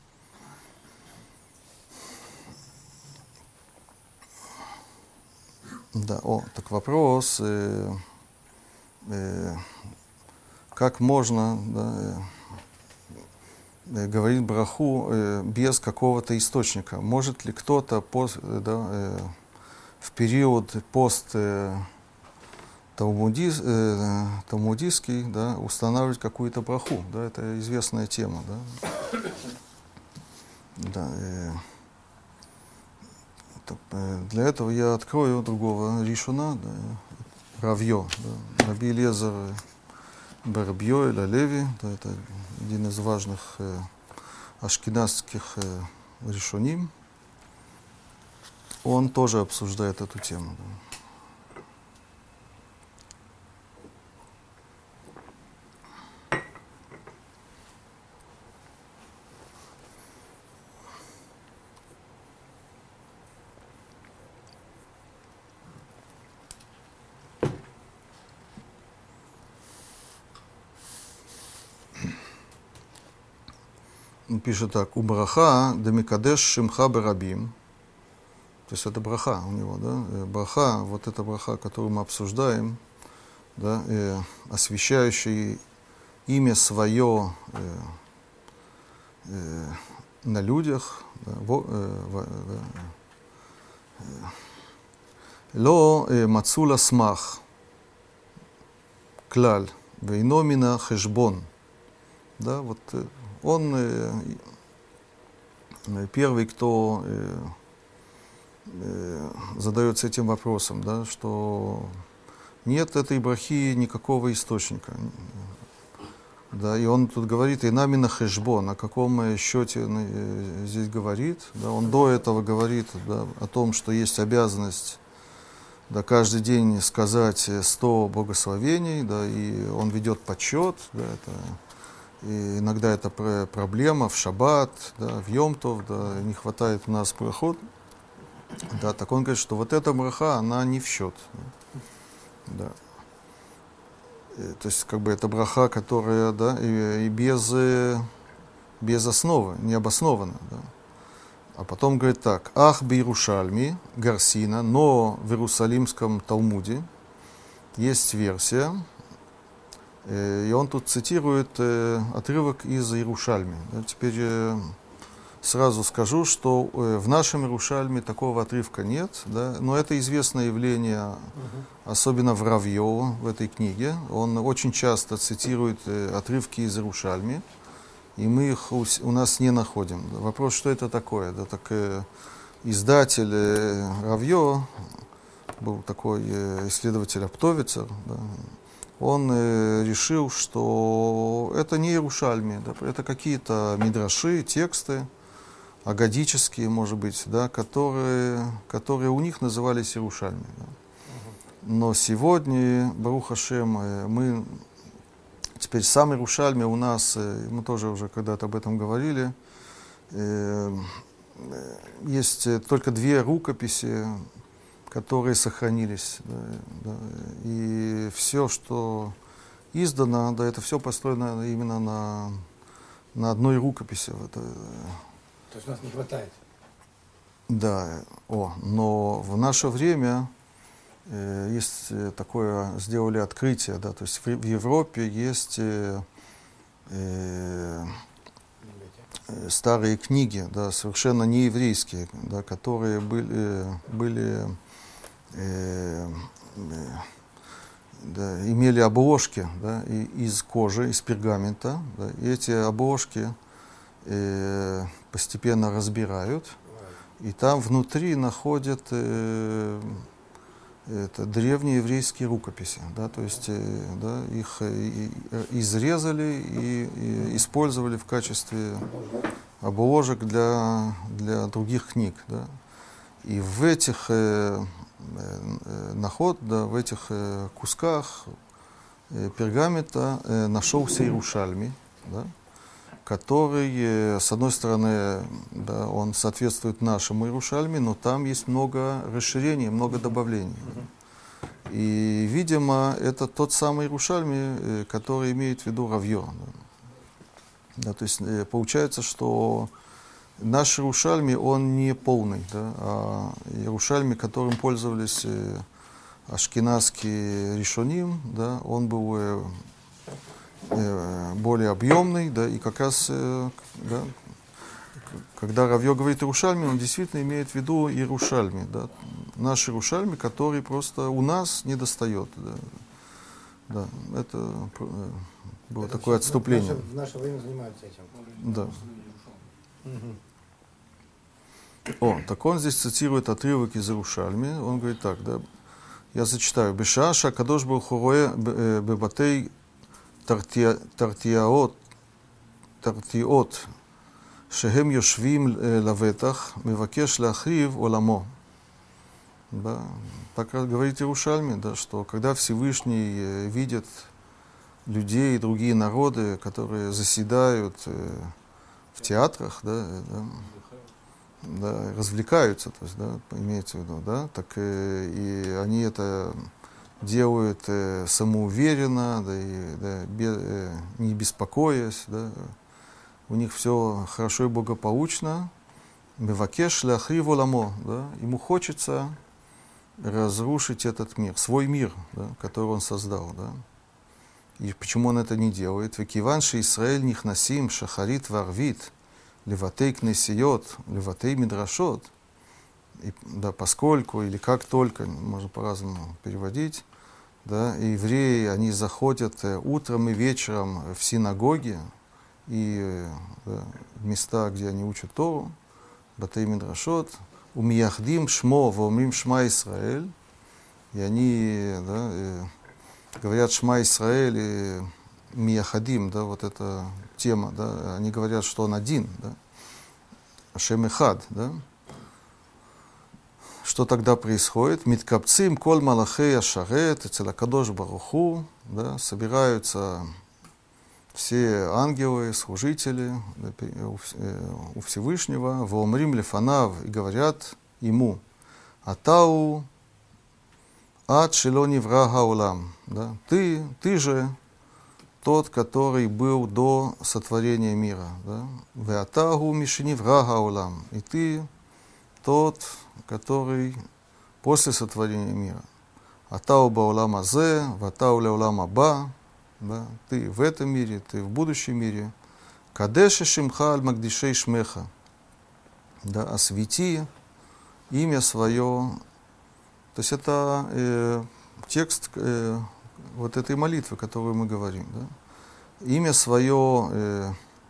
Да, так вопрос, как можно, да, говорить браху без какого-то источника? Может ли кто-то в период талмудистский, да, устанавливать какую-то браху? Да, это известная тема. Да? Да, для этого я открою другого Ришуна, да, Равьё, да, Раби Элиэзер бер Раби Йоэль а-Леви, да, это один из важных ашкеназских Ришуним. он тоже обсуждает эту тему. Да. Он пишет так: «Убраха демикадеш шимха берабим». То есть это браха у него, да? Браха, вот эта браха, которую мы обсуждаем, да, освящающий имя свое на людях, да, ло мацула смах клаль вейно мина хешбон. Да, вот он первый, кто задается этим вопросом, да, что нет этой брахи никакого источника. Да, и он тут говорит «инамина хэшбон», о каком счете здесь говорит. Да, он до этого говорит, да, о том, что есть обязанность, да, каждый день сказать 100 благословений, да, и он ведет подсчет, да, и иногда это проблема в шаббат, да, в йом-тов, да, не хватает у нас проход. Да, так он говорит, что вот эта браха, она не в счет. Да. То есть, как бы, это браха, которая, да, и без основы, не обоснована. Да. А потом говорит так: «Ах би Иерушальми, Гарсина», но в Иерусалимском Талмуде есть версия, и он тут цитирует отрывок из Иерушальми. Да. Теперь сразу скажу, что в нашем Иерушальме такого отрывка нет, да, но это известное явление, особенно в Равьеву, в этой книге. Он очень часто цитирует отрывки из Иерушальми, и мы их у нас не находим. Вопрос, что это такое? Да, так, издатель Равьё, был такой исследователь Аптовицер, да, он решил, что это не Иерушальми, да, это какие-то мидраши, тексты, агадические, может быть, да, которые у них назывались Иерушальми. Да. Но сегодня, Барух Ашем, мы теперь сам Иерушальми у нас, мы тоже уже когда-то об этом говорили, есть только 2 рукописи, которые сохранились. Да, да, и все, что издано, да, это все построено именно на одной рукописи. То есть у нас не хватает. Да, но в наше время есть такое, сделали открытие, да, то есть в Европе есть старые книги, да, совершенно не еврейские, да, которые да, имели обложки, да, из кожи, из пергамента, да, и эти обложки постепенно разбирают, и там внутри находят древние еврейские рукописи, да, то есть да, их изрезали и использовали в качестве обложек для других книг, да. И в этих в этих кусках пергамента нашелся Иерушальми, да, который, с одной стороны, да, он соответствует нашему Иерушальме, но там есть много расширений, много добавлений. И, видимо, это тот самый Иерушальми, который имеет в виду Равьё. Да, то есть получается, что наш Иерушальми, он не полный, да, а Иерушальми, которым пользовались ашкеназские ришоним, да, он был более объемный, да, и как раз, да, когда Равьё говорит Иерушальми, он действительно имеет в виду Иерушальми, да, наш Иерушальми, который просто у нас не достает. Да, да, это было это такое отступление. В наше время занимаются этим. Да. Так он здесь цитирует отрывок из Иерушальми, он говорит так, да, я зачитаю: «Бешаша кадош барух ху роэ бебатей תרתיעות, שהם יושבים לבטח, מבקש להחריב עולמו». Да. Так говорит Иерушальми, да, что когда Всевышний видит людей и другие народы, которые заседают в театрах, да, развлекаются, то есть, да, имеется в виду, да, так и они это делают самоуверенно, да, и не беспокоясь, да, у них все хорошо и благополучно. Мевакеш ляхрив оламо, да, ему хочется разрушить этот мир, свой мир, да, который он создал, да. И почему он это не делает? Векиван ше Исраэль нихнасим шахарит варвит леватей кнесиот, леватей мидрашот. Да, поскольку, или как только, можно по-разному переводить, да, евреи, они заходят утром и вечером в синагоги и в места, где они учат Тору, батей мидрашот, умияхдим шмо ваумрим шма Исраэль, и они, да, говорят шма Исраэль и мияхадим, да, вот эта тема, да, они говорят, что он один, да, Ашем эхад, да. Что тогда происходит? Миткапцим коль малахей ашарет, эцел акадош баруху, да, собираются все ангелы, служители, да, у Всевышнего, воомрим лефанав, и говорят ему, атау ад шело нивра хаолам, да, ты же тот, который был до сотворения мира, да, веатагу мишенивра хаолам, и ты тот, который после сотворения мира. Атау баулам азе, ватау леулам аба, да, ты в этом мире, ты в будущем мире. Кадеша шимха аль магдишей шмеха, да, освети имя свое. То есть это текст вот этой молитвы, которую мы говорим, да. Имя свое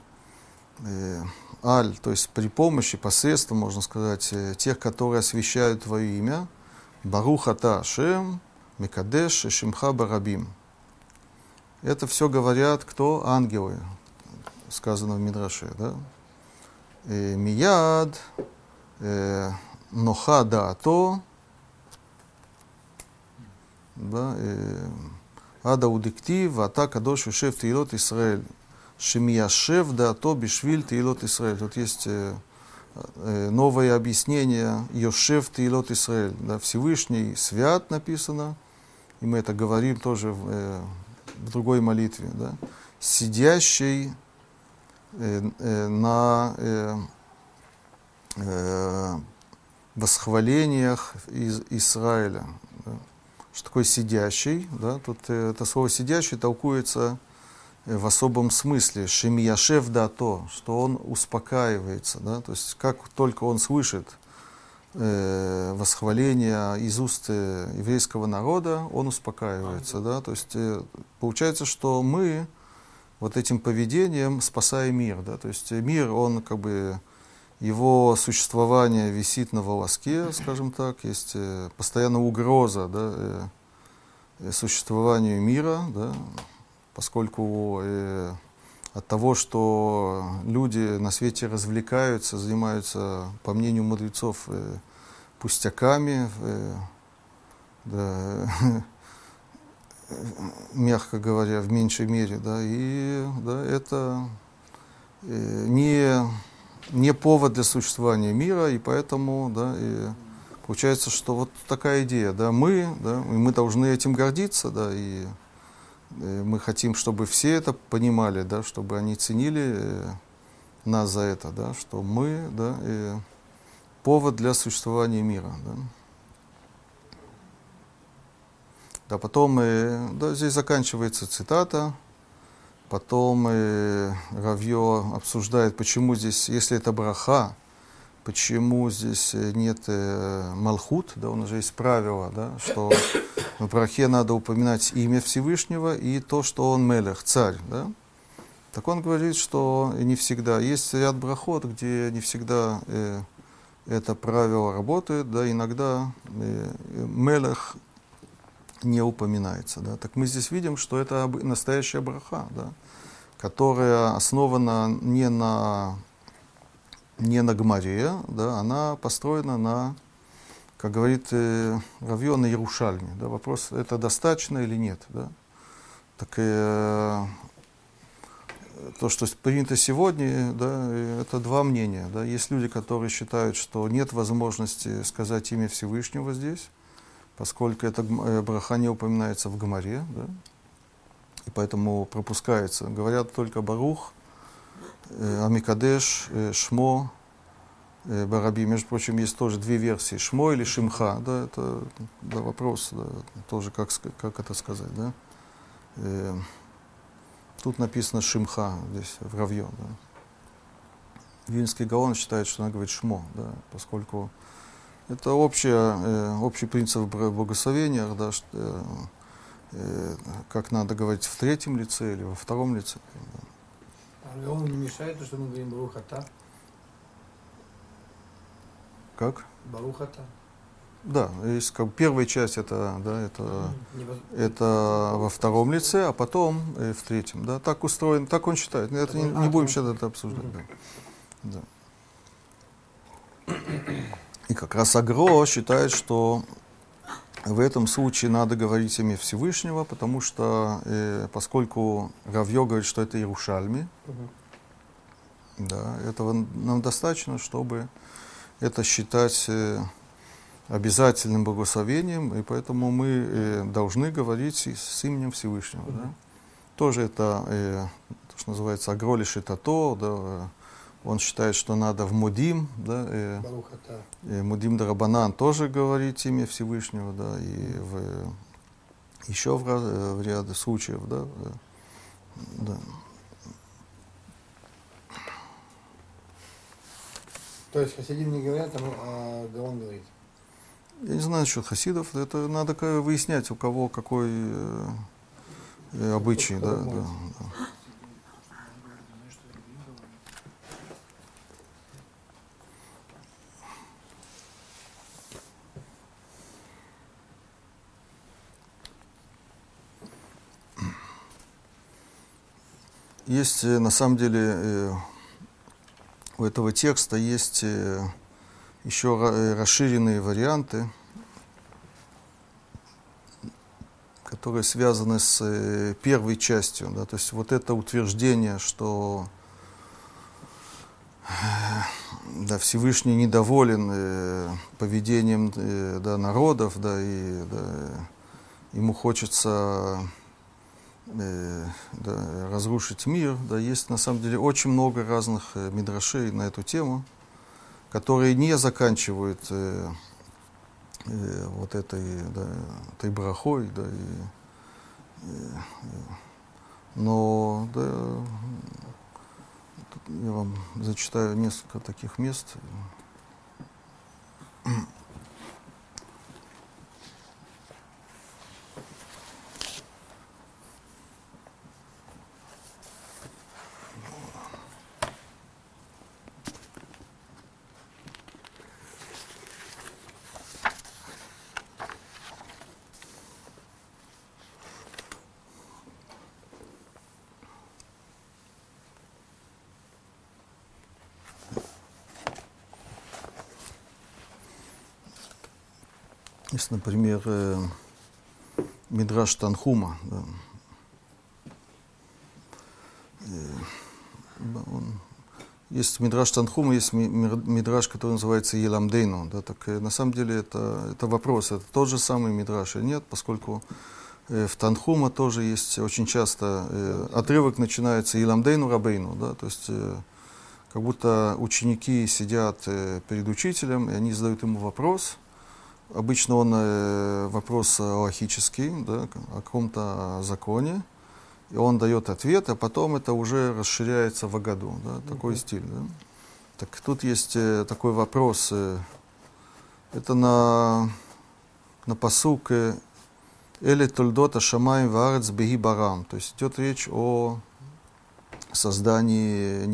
аль, то есть при помощи, посредством, можно сказать, тех, которые освящают твое имя, Барух ата Ашем, Микадеш, Шимха Барабим. Это все говорят кто? Ангелы, сказано в Мидраше, да? Мияд, Ноха Даато, да, Ада Удиктив, Ата Кадош Ушев Тилот Исраэль. Шемияшев даато бишвиль тилот Исраэль. Тут есть новое объяснение Йошев тилот Исраэль. Да, Всевышний свят написано, и мы это говорим тоже в другой молитве. Да, сидящий на восхвалениях из Израиля. Да. Что такое сидящий? Да, тут это слово сидящий толкуется в особом смысле, шемияшев дато, что он успокаивается, да, то есть как только он слышит восхваление из уст еврейского народа, он успокаивается, да, то есть получается, что мы вот этим поведением спасаем мир, да, то есть мир, он как бы, его существование висит на волоске, скажем так, есть постоянная угроза, да, существованию мира, да, поскольку от того, что люди на свете развлекаются, занимаются, по мнению мудрецов, пустяками, да, мягко говоря, в меньшей мере, да, и да, это не повод для существования мира, и поэтому, да, и получается, что вот такая идея, да, да, и мы должны этим гордиться, да, и мы хотим, чтобы все это понимали, да, чтобы они ценили нас за это, да, что мы, да, повод для существования мира. Да. Да, потом, да, здесь заканчивается цитата, потом Равьё обсуждает, почему здесь, если это браха, почему здесь нет малхут, да, у нас же есть правило, да, что в брахе надо упоминать имя Всевышнего и то, что он мелех, царь, да. Так он говорит, что не всегда. Есть ряд брахот, где не всегда это правило работает, да, иногда мелех не упоминается, да. Так мы здесь видим, что это настоящая браха, да, которая основана не на Гмаре, да, она построена на как говорит Равье, на Иерушальме. Да, вопрос, это достаточно или нет. Да? Так то, что принято сегодня, да, это два мнения. Да. Есть люди, которые считают, что нет возможности сказать имя Всевышнего здесь, поскольку эта браха не упоминается в Гемаре, да, и поэтому пропускается. Говорят только Барух, Амикадеш, Шмо, Бараби. Между прочим, есть тоже две версии: Шмо или Шимха. Да, это да, вопрос, да, тоже как это сказать. Да. Тут написано Шимха, здесь в Равье. Да. Вильнский Гаон считает, что она говорит Шмо, да, поскольку это общий принцип в благословениях, да, что, как надо говорить в третьем лице или во втором лице. Да. А Гаону не мешает то, что мы говорим Барух ата? Как? Барух ата. Да, есть как первая часть это, да, это во втором лице, а потом в третьем. Да, так устроен, так он считает. Это не будем сейчас это обсуждать. Да. Да. И как раз Агро считает, что в этом случае надо говорить имя Всевышнего, потому что поскольку Равье говорит, что это Иерушальми, да, этого нам достаточно, чтобы это считать обязательным благословением, и поэтому мы должны говорить с именем Всевышнего. Да? Тоже это, то, что называется, Агро лишитато, да, он считает, что надо в Мудим, да, Мудим Дарабанан тоже говорить имя Всевышнего, да, и еще в ряде случаев, да, да. То есть хасидим не говорят, а Гаон говорит? Я не знаю насчет хасидов, это надо выяснять, у кого какой обычай. Да, да, да. Есть, на самом деле, у этого текста есть еще расширенные варианты, которые связаны с первой частью. Да, то есть вот это утверждение, что да, Всевышний недоволен поведением да, народов, да, и да, ему хочется да, разрушить мир. Да, есть на самом деле очень много разных мидрашей на эту тему, которые не заканчивают вот этой брахой, да, но да, я вам зачитаю несколько таких мест. Есть, например, Мидраш Танхума. Да. Есть Мидраш Танхума, есть Мидраш, который называется Еламдейну. Да, так, на самом деле это вопрос, это тот же самый Мидраш или нет, поскольку в Танхума тоже есть очень часто отрывок начинается Еламдейну Рабейну. Да, то есть как будто ученики сидят перед учителем, и они задают ему вопрос. Обычно он вопрос алахический, да, о каком-то законе, и он дает ответ, а потом это уже расширяется в Агаду, да, такой стиль. Да. Так тут есть такой вопрос, это на пасук «Эле тольдота шамаим ваарец беги барам», то есть идет речь о создании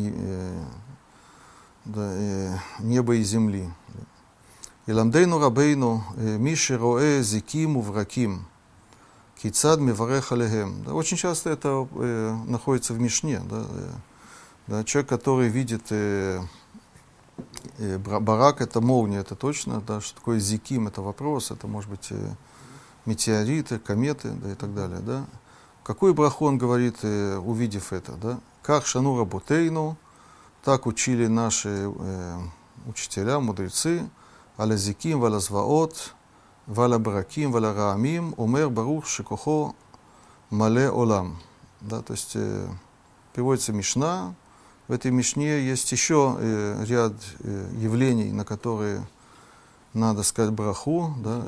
неба и земли. Иламдейну рабейну миши роэ зиким увраким кицад миварех алехем. Очень часто это находится в Мишне. Да, человек, который видит Барак — это молния, это точно, да, что такое зиким — это вопрос, это может быть метеориты, кометы, да, и так далее, да. Какую браху он говорит, увидев это, да? Как шану работейну, так учили наши учителя, мудрецы, аля зиким, валя зваот, валя бараким, валя раамим, умер барух шикохо мале олам. Да, то есть приводится Мишна. В этой Мишне есть еще ряд явлений, на которые надо сказать браху. Да,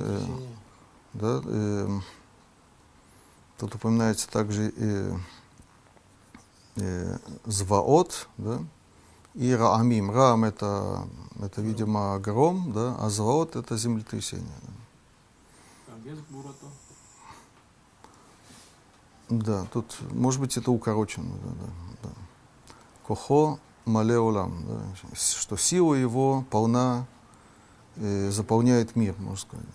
тут упоминается также зваот, да, и раамим. Раам — это, видимо, гром, да, а зваот — это землетрясение. Да. А без бурато? Да, тут, может быть, это укорочено. Да. Кохо мале олам, да, что сила его полна, заполняет мир, можно сказать.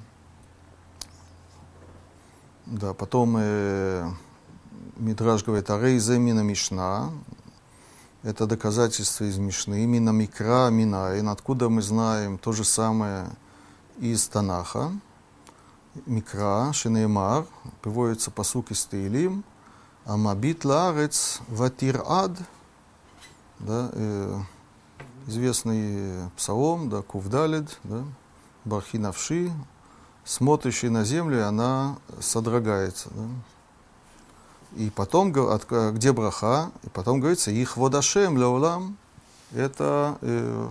Да, потом Мидраш говорит, арей зе мина Мишна, это доказательство из Мишны, мина микра, минаин, откуда мы знаем то же самое из Танаха. Микра, шинеймар, приводится пасук из Теилим, амабит лаарец ватир-ад, да, известный псалом, да, Кувдалид, да, бархи навши, смотрящий на землю, она содрогается. Да. И потом, где браха, и потом говорится, их водашем леолам, это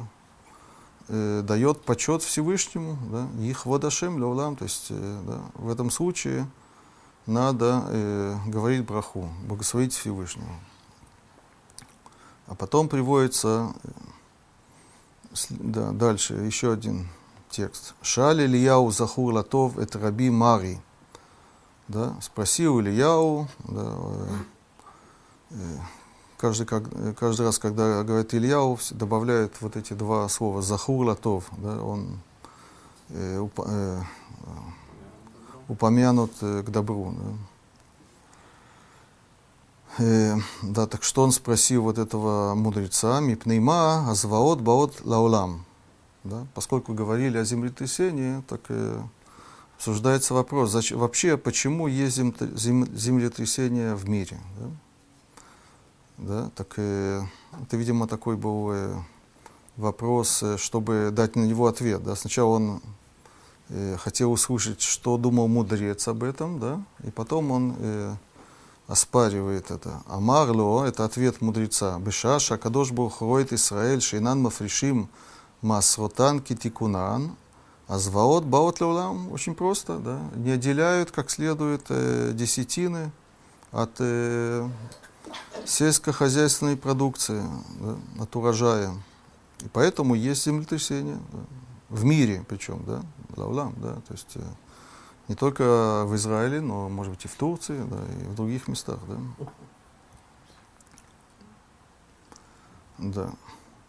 дает почет Всевышнему, да, их водашем леолам, то есть да, в этом случае надо говорить браху, благословить Всевышнего. А потом приводится да, дальше еще один текст. Шали Ильяу захур латов это раби Мари. Да, спросил Ильяу, да, каждый раз, когда говорит Ильяу, добавляет вот эти два слова захур латов, да, он упомянут к добру. Да. Да, так что он спросил вот этого мудреца, мипнейма азваот баот лаулам. Да, поскольку говорили о землетрясении, так обсуждается вопрос, вообще, почему есть землетрясение в мире. Да? Да, так это, видимо, такой был вопрос, чтобы дать на него ответ. Да. Сначала он хотел услышать, что думал мудрец об этом, да, и потом он оспаривает это. Амарло — это ответ мудреца. Бешаша кадош барух роет Исраэль шейнан мафришим масротан китикунан, а зваот баот леулам. Очень просто, да, не отделяют как следует десятины от сельскохозяйственной продукции, да, от урожая. И поэтому есть землетрясение, да, в мире причем, да, лаулам, да, то есть не только в Израиле, но, может быть, и в Турции, да, и в других местах, да. Да.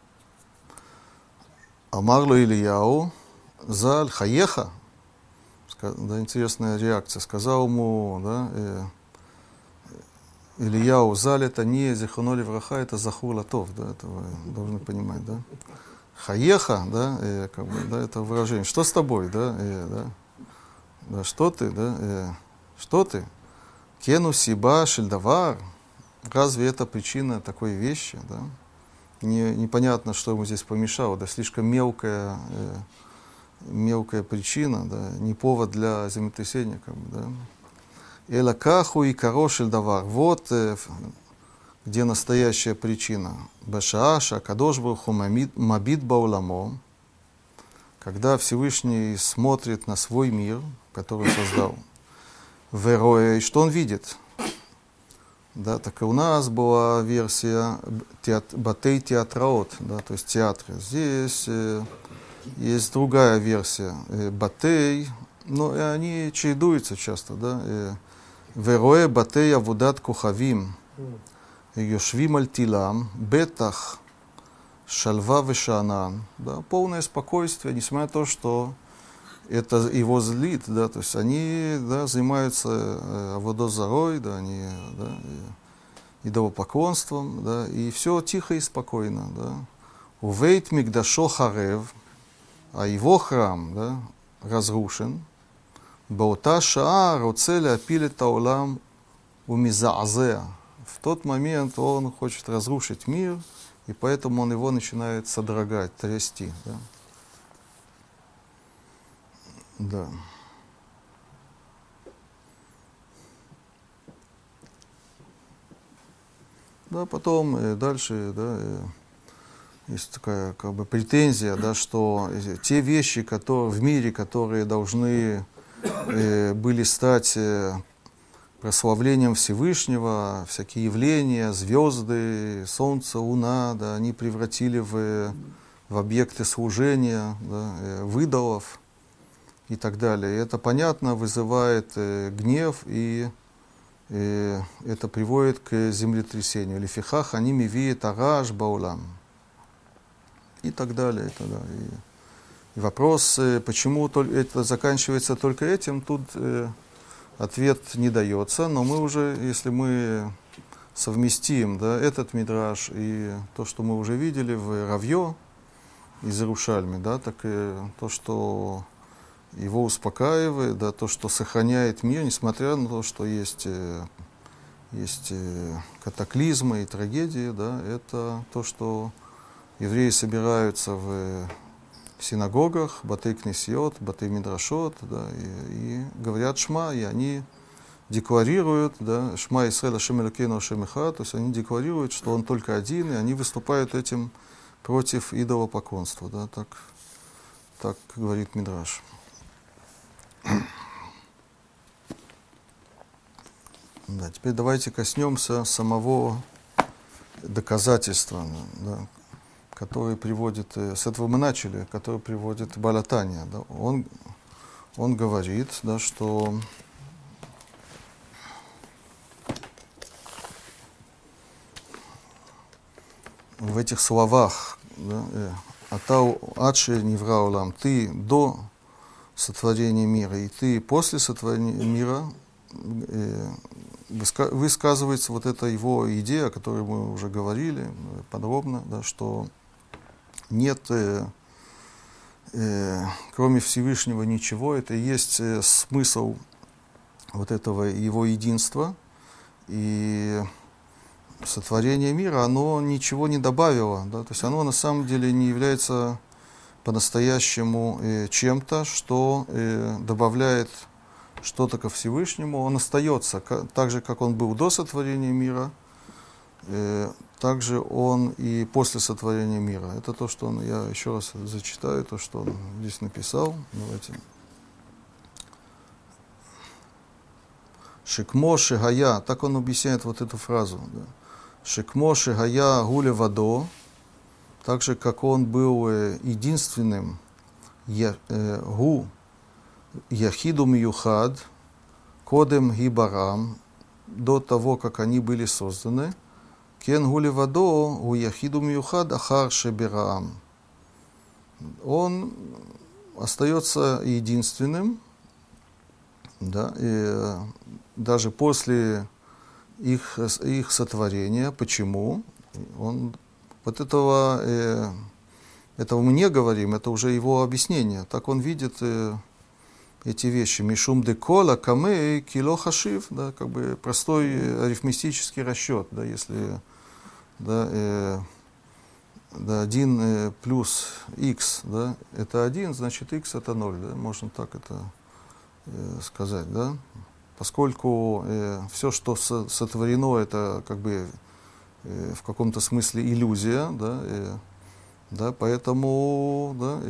Амарло Ильяу заль хаеха, да, интересная реакция, сказал ему, да, Ильяу заль — это не зихроно левраха, это захур латов, да, это вы должны понимать, да. Хаеха, да, как бы, да, это выражение. Что с тобой, да, да, да, что ты, да, что ты? Кену сиба шельдавар, разве это причина такой вещи, да? Непонятно, что ему здесь помешало, да, слишком мелкая причина, да, не повод для землетрясения, как бы, да. Элакаху и корошель давар. Вот где настоящая причина. Башааша кадош баруху мабит бауламо. Когда Всевышний смотрит на свой мир, который создал. Вероя, и что он видит? Да, так и у нас была версия батей театраот, да, то есть театры. Здесь есть другая версия. Батей, но они чередуются часто, да. Вероя батей авудат кухавим, йошвим альтилам, бетах, шальва вешанан. Да, полное спокойствие, несмотря на то, что это его злит, да, то есть они, да, занимаются аводозарой, да, они, да, идолопоклонством, да, и все тихо и спокойно, да. Увейт мигдашо харев, а его храм, да, разрушен. Баута шаа роцеля апилет таулам умизаазеа. В тот момент он хочет разрушить мир, и поэтому он его начинает содрогать, трясти. Да. Да. Да, потом дальше, да, есть такая как бы претензия, да, что те вещи, которые в мире, которые должны были стать прославлением Всевышнего, всякие явления, звезды, солнце, луна, да, они превратили в объекты служения, да, в идолов и так далее. И это, понятно, вызывает гнев, и это приводит к землетрясению. Лифихах они мивиет араш баулам. И так далее. И так далее. И вопрос, почему это заканчивается только этим, тут ответ не дается. Но мы уже, если мы совместим, да, этот мидраш и то, что мы уже видели в Равье из Иерушальми, да, так то, что его успокаивает, да, то, что сохраняет мир, несмотря на то, что есть катаклизмы и трагедии, да, это то, что евреи собираются в синагогах, батей-кнесиот, батей-мидрашот, да, и говорят шма, и они декларируют, да, шма Исраэль Ашем Элокейну Ашем Эхад, то есть они декларируют, что он только один, и они выступают этим против идолопоклонства, да, так говорит Мидраш. Да, теперь давайте коснемся самого доказательства, да, который приводит, с этого мы начали, который приводит Балатания. Да. Он говорит, да, что в этих словах, да, «Атау адши невра улам», ты до сотворения мира и ты после сотворения мира, высказывается вот эта его идея, о которой мы уже говорили подробно, да, что нет, кроме Всевышнего, ничего. Это и есть смысл вот этого его единства. И сотворение мира, оно ничего не добавило. Да? То есть оно на самом деле не является по-настоящему чем-то, что добавляет что-то ко Всевышнему. Он остается так же, как он был до сотворения мира, также он и после сотворения мира. Это то, что он, я еще раз зачитаю, то, что он здесь написал. Давайте. Шикмо шигая, так он объясняет вот эту фразу. Да. Шикмо шигая гуле вадо, так же, как он был единственным гу яхиду миюхад, кодем гибарам, до того, как они были созданы, кен гуле вадо у яхиду миюхад ахар шебираам. Он остается единственным, да, и даже после их сотворения. Почему? Вот этого мы не говорим, это уже его объяснение. Так он видит эти вещи. Мишум де кола камей кило хашив, да, как бы простой арифметический расчет, да, если да, 1 плюс x, да, это 1, значит x это 0, да, можно так это сказать, да, поскольку все, что сотворено, это как бы в каком-то смысле иллюзия, да, да, поэтому, да,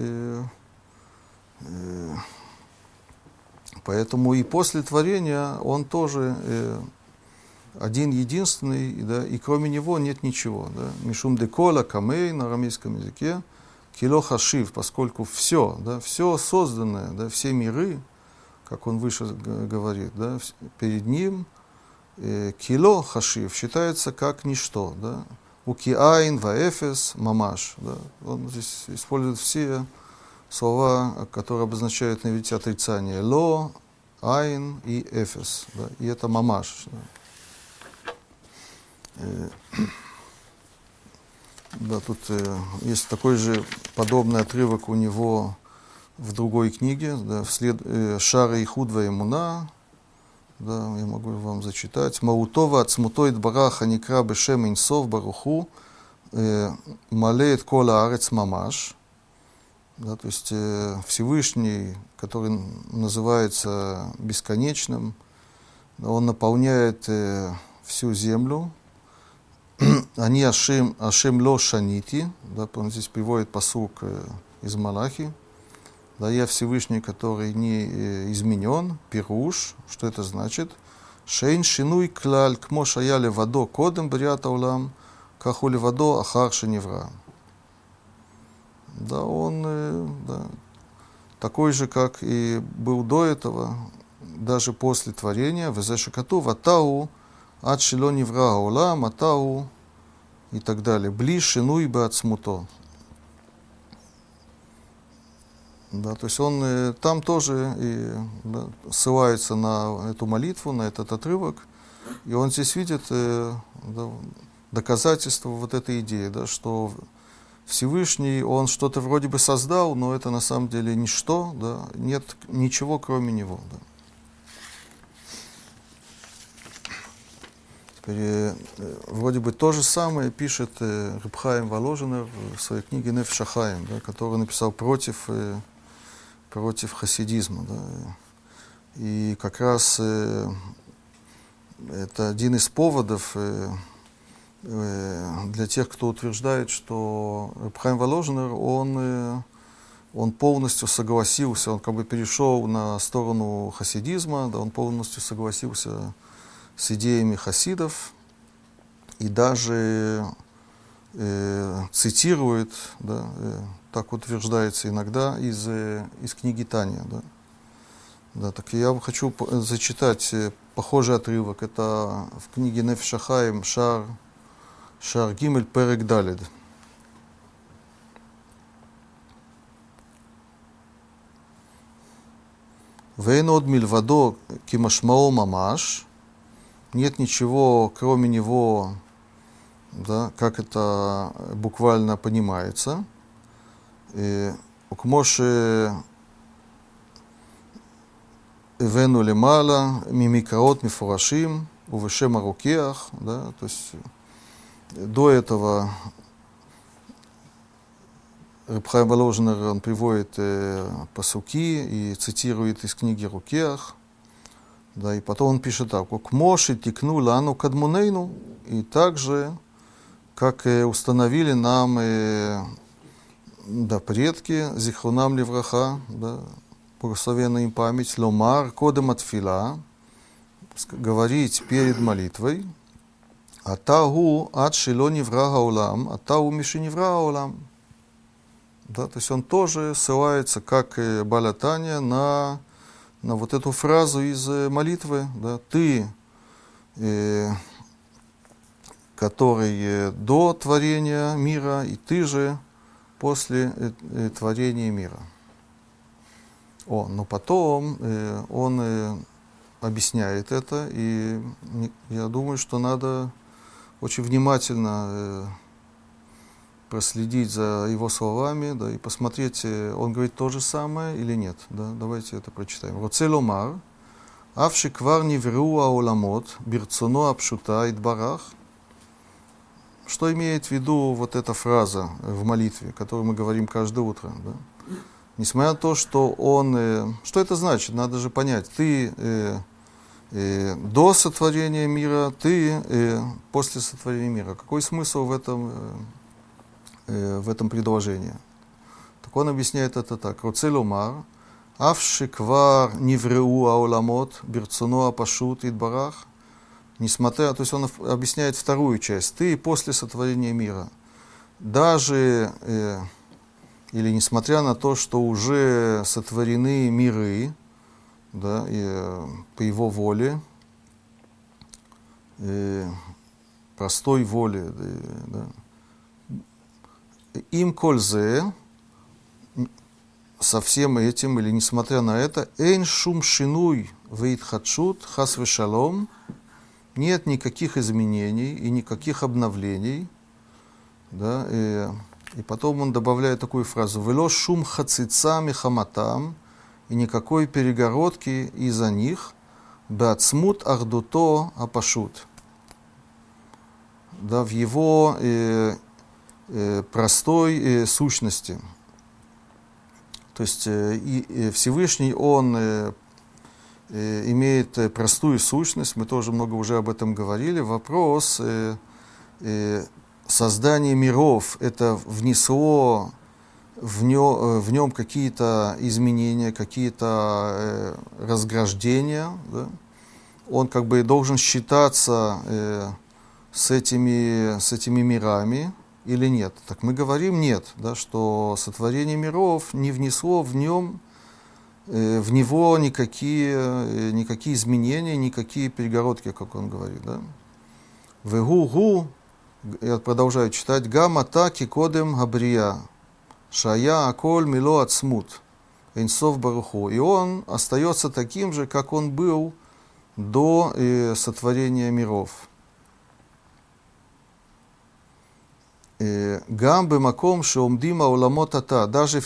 поэтому и после творения он тоже один единственный, да, и кроме него нет ничего, да. Мишум де кола камей на арамейском языке, кило хашив, поскольку все, да, все созданное, да, все миры, как он выше говорит, да, перед ним кило хашив считается как ничто, да. Укиайн ваэфес мамаш, да. Он здесь использует все слова, которые обозначают на иврите отрицание. Ло, айн и эфес, да, и это мамаш. Да. Да, тут есть такой же подобный отрывок у него в другой книге, да, Шара Ихудва Эмуна, да, я могу вам зачитать. Маутова ацмутой дбарах аникра бешем инсов баруху малеет кола арец мамаш. Да, то есть Всевышний, который называется бесконечным, он наполняет всю землю. Они Ашем ло шанити, да, он здесь приводит пасук из Малахи. Да, я Всевышний, который не изменен, пируш, что это значит? Шейн шинуй клаль кмо шая левадо кодем бриат аулам, каху левадо ахар шеневра. Да, он да, такой же, как и был до этого, даже после творения, везешекату ватау ад шило невра аулам, атау и так далее. Бли шинуй беацмуто. Да, то есть он там тоже да, ссылается на эту молитву, на этот отрывок, и он здесь видит да, доказательство вот этой идеи, да, что Всевышний, он что-то вроде бы создал, но это на самом деле ничто, да, нет ничего кроме него. Да. Теперь вроде бы то же самое пишет Реб Хаим Воложенер в своей книге Нефеш ха-Хаим, да, который написал против хасидизма. Да. И как раз это один из поводов для тех, кто утверждает, что Реб Хаим Воложенер, он полностью согласился, он как бы перешел на сторону хасидизма, да, он полностью согласился с идеями хасидов и даже цитирует, да, так утверждается иногда, из книги Таня. Да. Да, так я хочу зачитать похожий отрывок. Это в книге Нефеш ха-Хаим Шар Гимель Перек Далед. Вейн од мильвадо кимашмао мамаш. Нет ничего, кроме него, да, как это буквально понимается. Укмоши эвену лемала мимикаот мифурашим увешем арукеах. Да, то есть до этого Реб Хаим Воложенер, он приводит пасуки и цитирует из книги Рукеах. Да, и потом он пишет так: «Кмоши тикну лану кадмунейну», и также, как установили нам да, предки, зихрунам ливраха, да, благословенная им память, ломар кодем атфила, говорить перед молитвой, атагу ад шило невра гаулам, атагу миши невра гаулам. Да, то есть он тоже ссылается, как и Бааль ха-Таня, на вот эту фразу из молитвы, да, ты, который до творения мира, и ты же после творения мира. Но потом он объясняет это, и я думаю, что надо очень внимательно проследить за его словами, да, и посмотреть, он говорит то же самое или нет. Да? Давайте это прочитаем. «Роце ломар, авши квар нивру аоламот, бирцуно апшута идбарах». Что имеет в виду вот эта фраза в молитве, которую мы говорим каждое утро? Да? Несмотря на то, что он... Что это значит? Надо же понять. Ты до сотворения мира, ты после сотворения мира. Какой смысл в этом предложении? Так он объясняет это так. «Роце ломар, авши квар нивреу аоламот, бирцуно апашут идбарах». Несмотря, то есть он объясняет вторую часть. Ты после сотворения мира. Даже, или несмотря на то, что уже сотворены миры, да, по его воле, простой воле, да, им кользе, со всем этим, или несмотря на это, эйн шум шинуй вейтхадшут хас вешалом, нет никаких изменений и никаких обновлений, Да, и потом он добавляет такую фразу: «Вело шум хацица михаматам», и никакой перегородки из-за них, беацмут ахдуто апашут, да, в его простой сущности. То есть и Всевышний, он имеет простую сущность, мы тоже много уже об этом говорили. Вопрос создания миров, это внесло в нем какие-то изменения, какие-то разграждения, да? Он как бы должен считаться с этими мирами или нет? Так мы говорим нет, да, что сотворение миров не внесло в него никакие изменения, никакие перегородки, как он говорит. Да? Вегу-гу, я продолжаю читать, гамма таки кодем габрия, шая аколь мило ацмут, эйнсов баруху. И он остается таким же, как он был до сотворения миров. Гамбы маком шеумдима уламот ата, даже в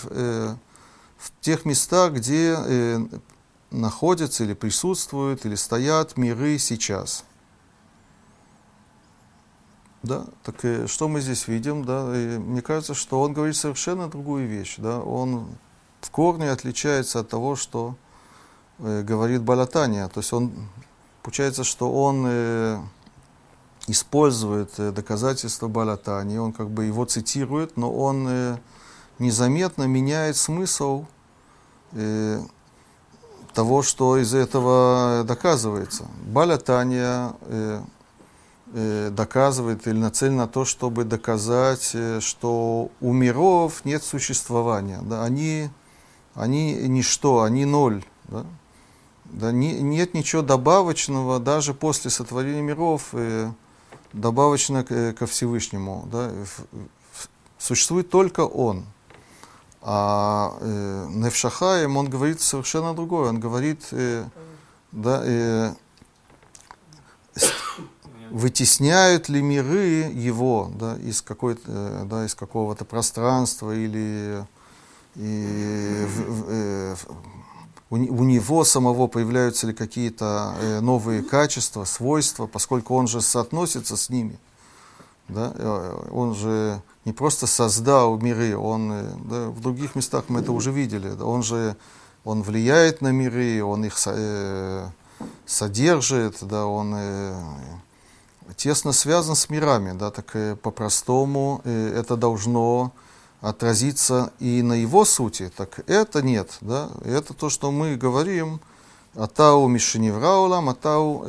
тех местах, где находятся или присутствуют, или стоят миры сейчас. Да, так что мы здесь видим? Да? И мне кажется, что он говорит совершенно другую вещь. Да? Он в корне отличается от того, что говорит Бааль ха-Тания. То есть получается, что он использует доказательства Бааль ха-Тании, он как бы его цитирует, но он незаметно меняет смысл того, что из этого доказывается. Бааль ха-Тания доказывает или нацелен на то, чтобы доказать, что у миров нет существования. Да? Они ничто, они ноль. Да? Да, нет ничего добавочного даже после сотворения миров, добавочно ко Всевышнему. Да? Существует только Он. А Нефеш ха-Хаим, он говорит совершенно другое. Он говорит, вытесняют ли миры его, да, из какого-то пространства, или у него самого появляются ли какие-то новые качества, свойства, поскольку он же соотносится с ними. Да? Он же не просто создал миры, да, в других местах мы это уже видели. Да? Он влияет на миры, он их содержит, да, он тесно связан с мирами. Да? Так по-простому это должно отразиться и на его сути. Так это нет. Да? Это то, что мы говорим «Атау мишеневраулам», «Атау»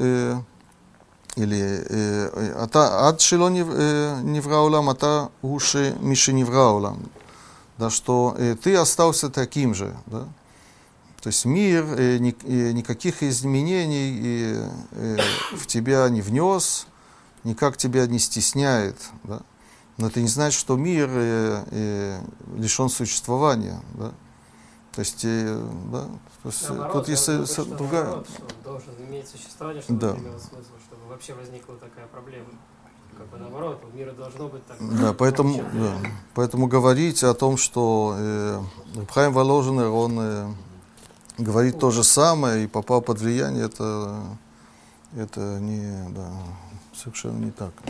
или «Ад шело невраулам», «Ата уши мишеневраулам». Да, что ты остался таким же. Да? То есть мир никаких изменений в тебя не внес, никак тебя не стесняет. Да? Но это не значит, что мир лишен существования. Да? То есть, да, наоборот, тут есть другая... Наоборот, что он должен иметь существование, чтобы да. это имело смысл, чтобы вообще возникла такая проблема. Как бы наоборот, у мира должно быть так. Да, поэтому говорить о том, что Реб Хаим Воложенер, он говорит то же самое и попал под влияние, это не, да, совершенно не так.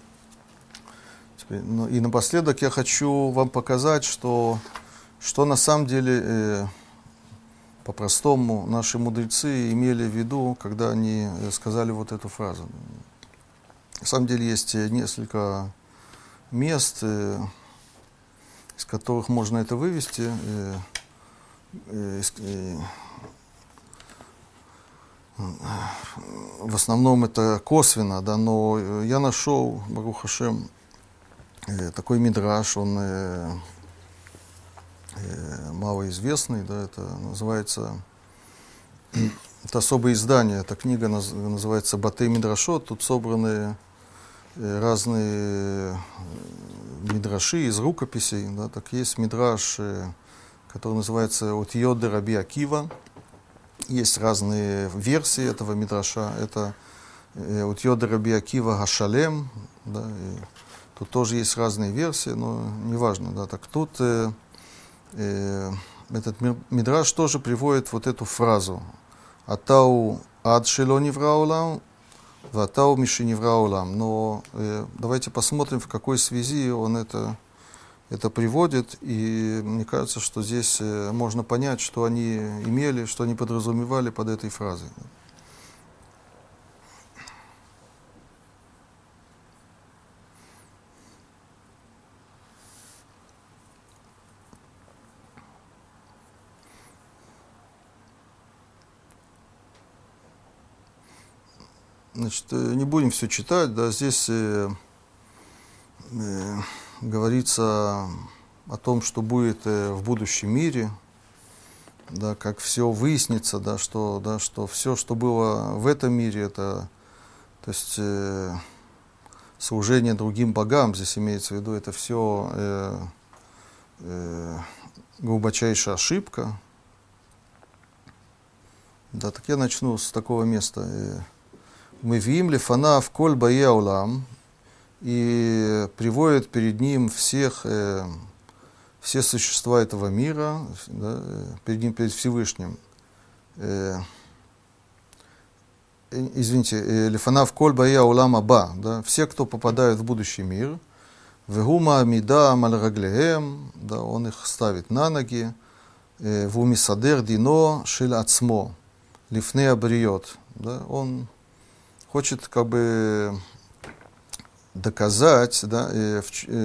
И напоследок я хочу вам показать, что на самом деле по-простому наши мудрецы имели в виду, когда они сказали вот эту фразу. На самом деле есть несколько мест, из которых можно это вывести. В основном это косвенно, да, но я нашел, Барух Ашем, такой мидраш, он малоизвестный, да, это называется, это особое издание, эта книга называется «Батей Мидрашот», тут собраны разные мидраши из рукописей, да, так есть мидраш, который называется «Отьот де Раби Акива», есть разные версии этого мидраша, это «Отьот де Раби Акива Гашалем», да, Тут тоже есть разные версии, но неважно. Да. Так тут этот мидраш тоже приводит вот эту фразу «Атау ад шело нивра олам, ватау миши нивра олам». Но давайте посмотрим, в какой связи он это приводит. И мне кажется, что здесь можно понять, что они имели, что они подразумевали под этой фразой. Значит, не будем все читать, да, здесь говорится о том, что будет в будущем мире, да, как все выяснится, да, что все, что было в этом мире, это, то есть служение другим богам, здесь имеется в виду, это все глубочайшая ошибка. Да, так я начну с такого места. Мевиим лефанав коль баэ олам, и приводит перед ним все существа этого мира, да, перед Всевышним. Извините, лефанав коль баэ олам аба, да, все, кто попадают в будущий мир, вегума амида амаль раглеем, да, он их ставит на ноги, вумисадер дино шель ацмо, лифне абриот, да, он хочет как бы доказать, да,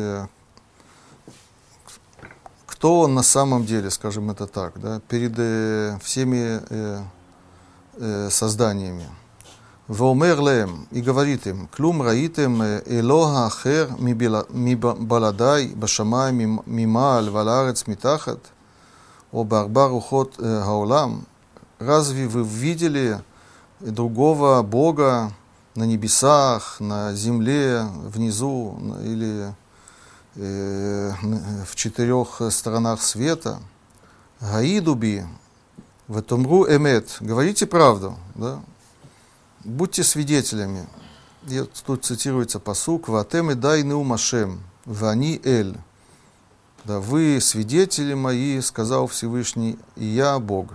кто он на самом деле, скажем это так, да, перед всеми созданиями. Вомер лем, и говорит им, клум раитем элоха ахер мибаладай башамай мимааль валарец митахат о барбар ухот хаолам. Разве вы видели другого Бога на небесах, на земле, внизу или в 4 сторонах света? Гаидуби, ватумру эмет, говорите правду, да? Будьте свидетелями. И тут цитируется пасук: «Ватем и дай неумашем, вани эль». Да, вы свидетели мои, сказал Всевышний, и я Бог.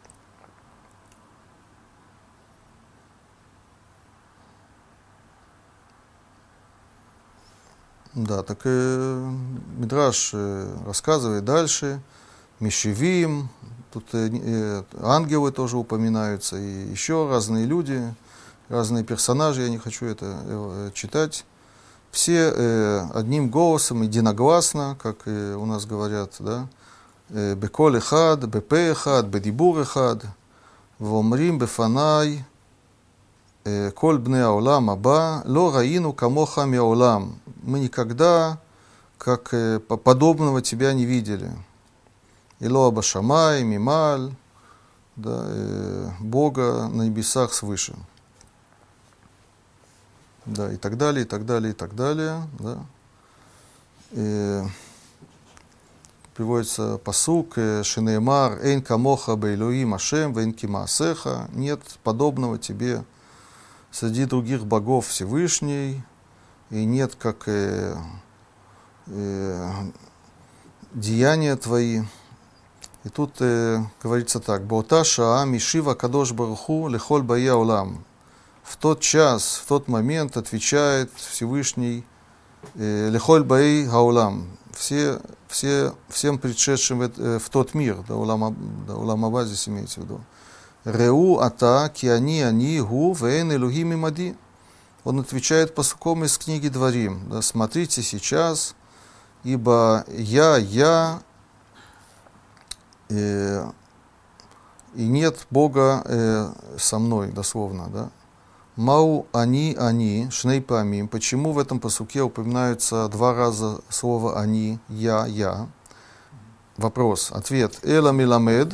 Да, так Мидраш рассказывает дальше. Мишевим, тут ангелы тоже упоминаются, и еще разные люди, разные персонажи, я не хочу это читать. Все одним голосом, единогласно, как у нас говорят, да, беколь эхад, бепе эхад, бедибур эхад, вомрим бефанай, коль бне аолам аба, ло раину камоха миаолам. Мы никогда, как подобного тебя не видели. Ило абашамай, мималь, да, Бога на небесах свыше. Да, и так далее, и так далее, и так далее. Да. Приводится пасук Шинеймар «Эйн камоха бэйлуим Ашем, вэйн кимаасеха». Нет подобного тебе среди других богов Всевышний, и нет как деяния твои. И тут говорится так: «Баота шаа мишива кадош баруху лехоль баэ олам». В тот час, в тот момент отвечает Всевышний лехоль баэ гаолам, всем пришедшим в тот мир, да, улам аба здесь имеется в виду. «Реу ата ки ани гу вэйн элухим имади». Он отвечает пасуком из книги Дворим. Да, «Смотрите сейчас, ибо я, и нет Бога со мной», дословно, да. «Мау они, шней памим». Почему в этом пасуке упоминаются 2 раза слово «они», «я»? Вопрос, ответ. «Эла миламед».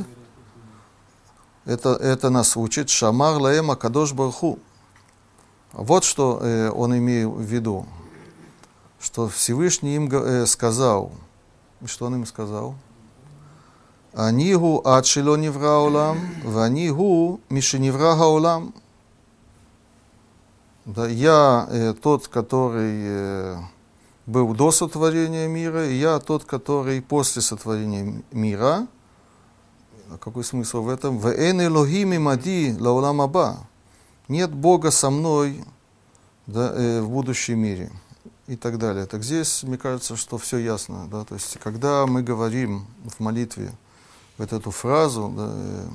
Это нас учит «Шамар лаэм акадош барху». Вот что он имеет в виду, что Всевышний им сказал. Что он им сказал? «Анигу ад шело нивра олам, ванигу миши нивра хаолам». Да, я тот, который был до сотворения мира, и я тот, который после сотворения мира. А какой смысл в этом? «Вээн элохим имади лаулам аба». Нет Бога со мной, да, в будущем мире. И так далее. Так здесь, мне кажется, что все ясно. Да? То есть, когда мы говорим в молитве вот эту фразу, да,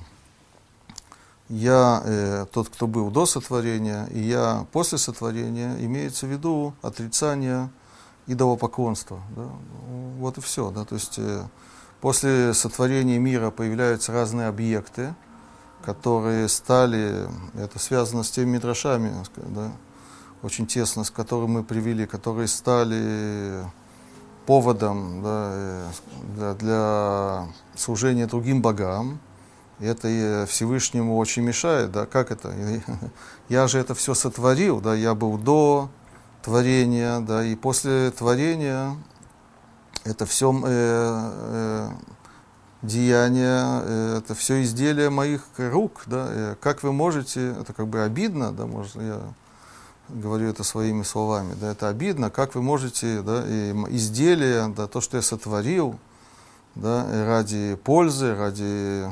я тот, кто был до сотворения, и я после сотворения, имеется в виду отрицание идолопоклонства. Да? Вот и все. Да? То есть, после сотворения мира появляются разные объекты, которые стали, это связано с теми мидрашами, да, очень тесно, с которыми мы привели, которые стали поводом, да, для служения другим богам. И это Всевышнему очень мешает. Да, как это? Я же это все сотворил, да, я был до творения, да, и после творения это все деяния, это все изделия моих рук. Да, как вы можете, это как бы обидно, да, может, я говорю это своими словами, да, это обидно, как вы можете, да, изделия, да, то, что я сотворил, да, ради пользы, ради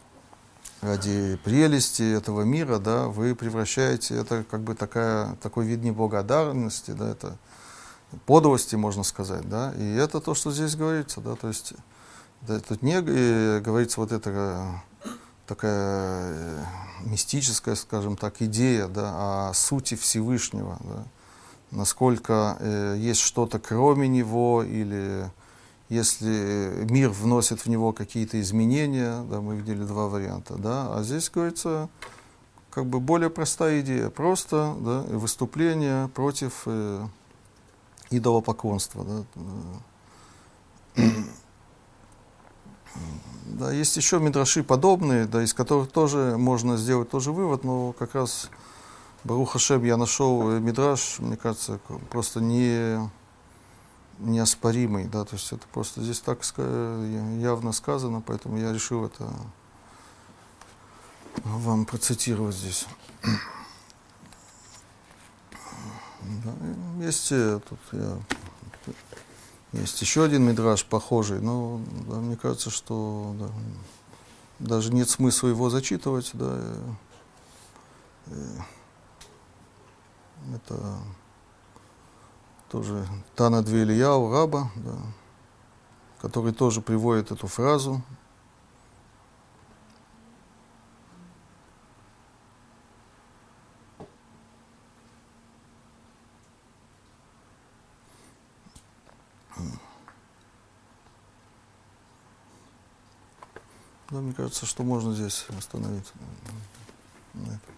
прелести этого мира, да, вы превращаете, это как бы такой вид неблагодарности, да, это подлости, можно сказать, да, и это то, что здесь говорится, да, то есть, да, тут не говорится вот это такая мистическая, скажем так, идея, да, о сути Всевышнего, да, насколько есть что-то кроме Него, или если мир вносит в него какие-то изменения, да, мы видели два варианта, да, а здесь говорится как бы более простая идея, просто, да, выступление против идолопоклонства, да. Да, есть еще мидраши подобные, да, из которых тоже можно сделать тоже вывод, но как раз Барух Ашем я нашел мидраш, мне кажется, просто неоспоримый, да, то есть это просто здесь так явно сказано, поэтому я решил это вам процитировать здесь. Да, есть есть еще один мидраш похожий, но да, мне кажется, что да, даже нет смысла его зачитывать. Да, это тоже Тана Две Ильяу, раба, да, который тоже приводит эту фразу. Да, мне кажется, что можно здесь остановиться.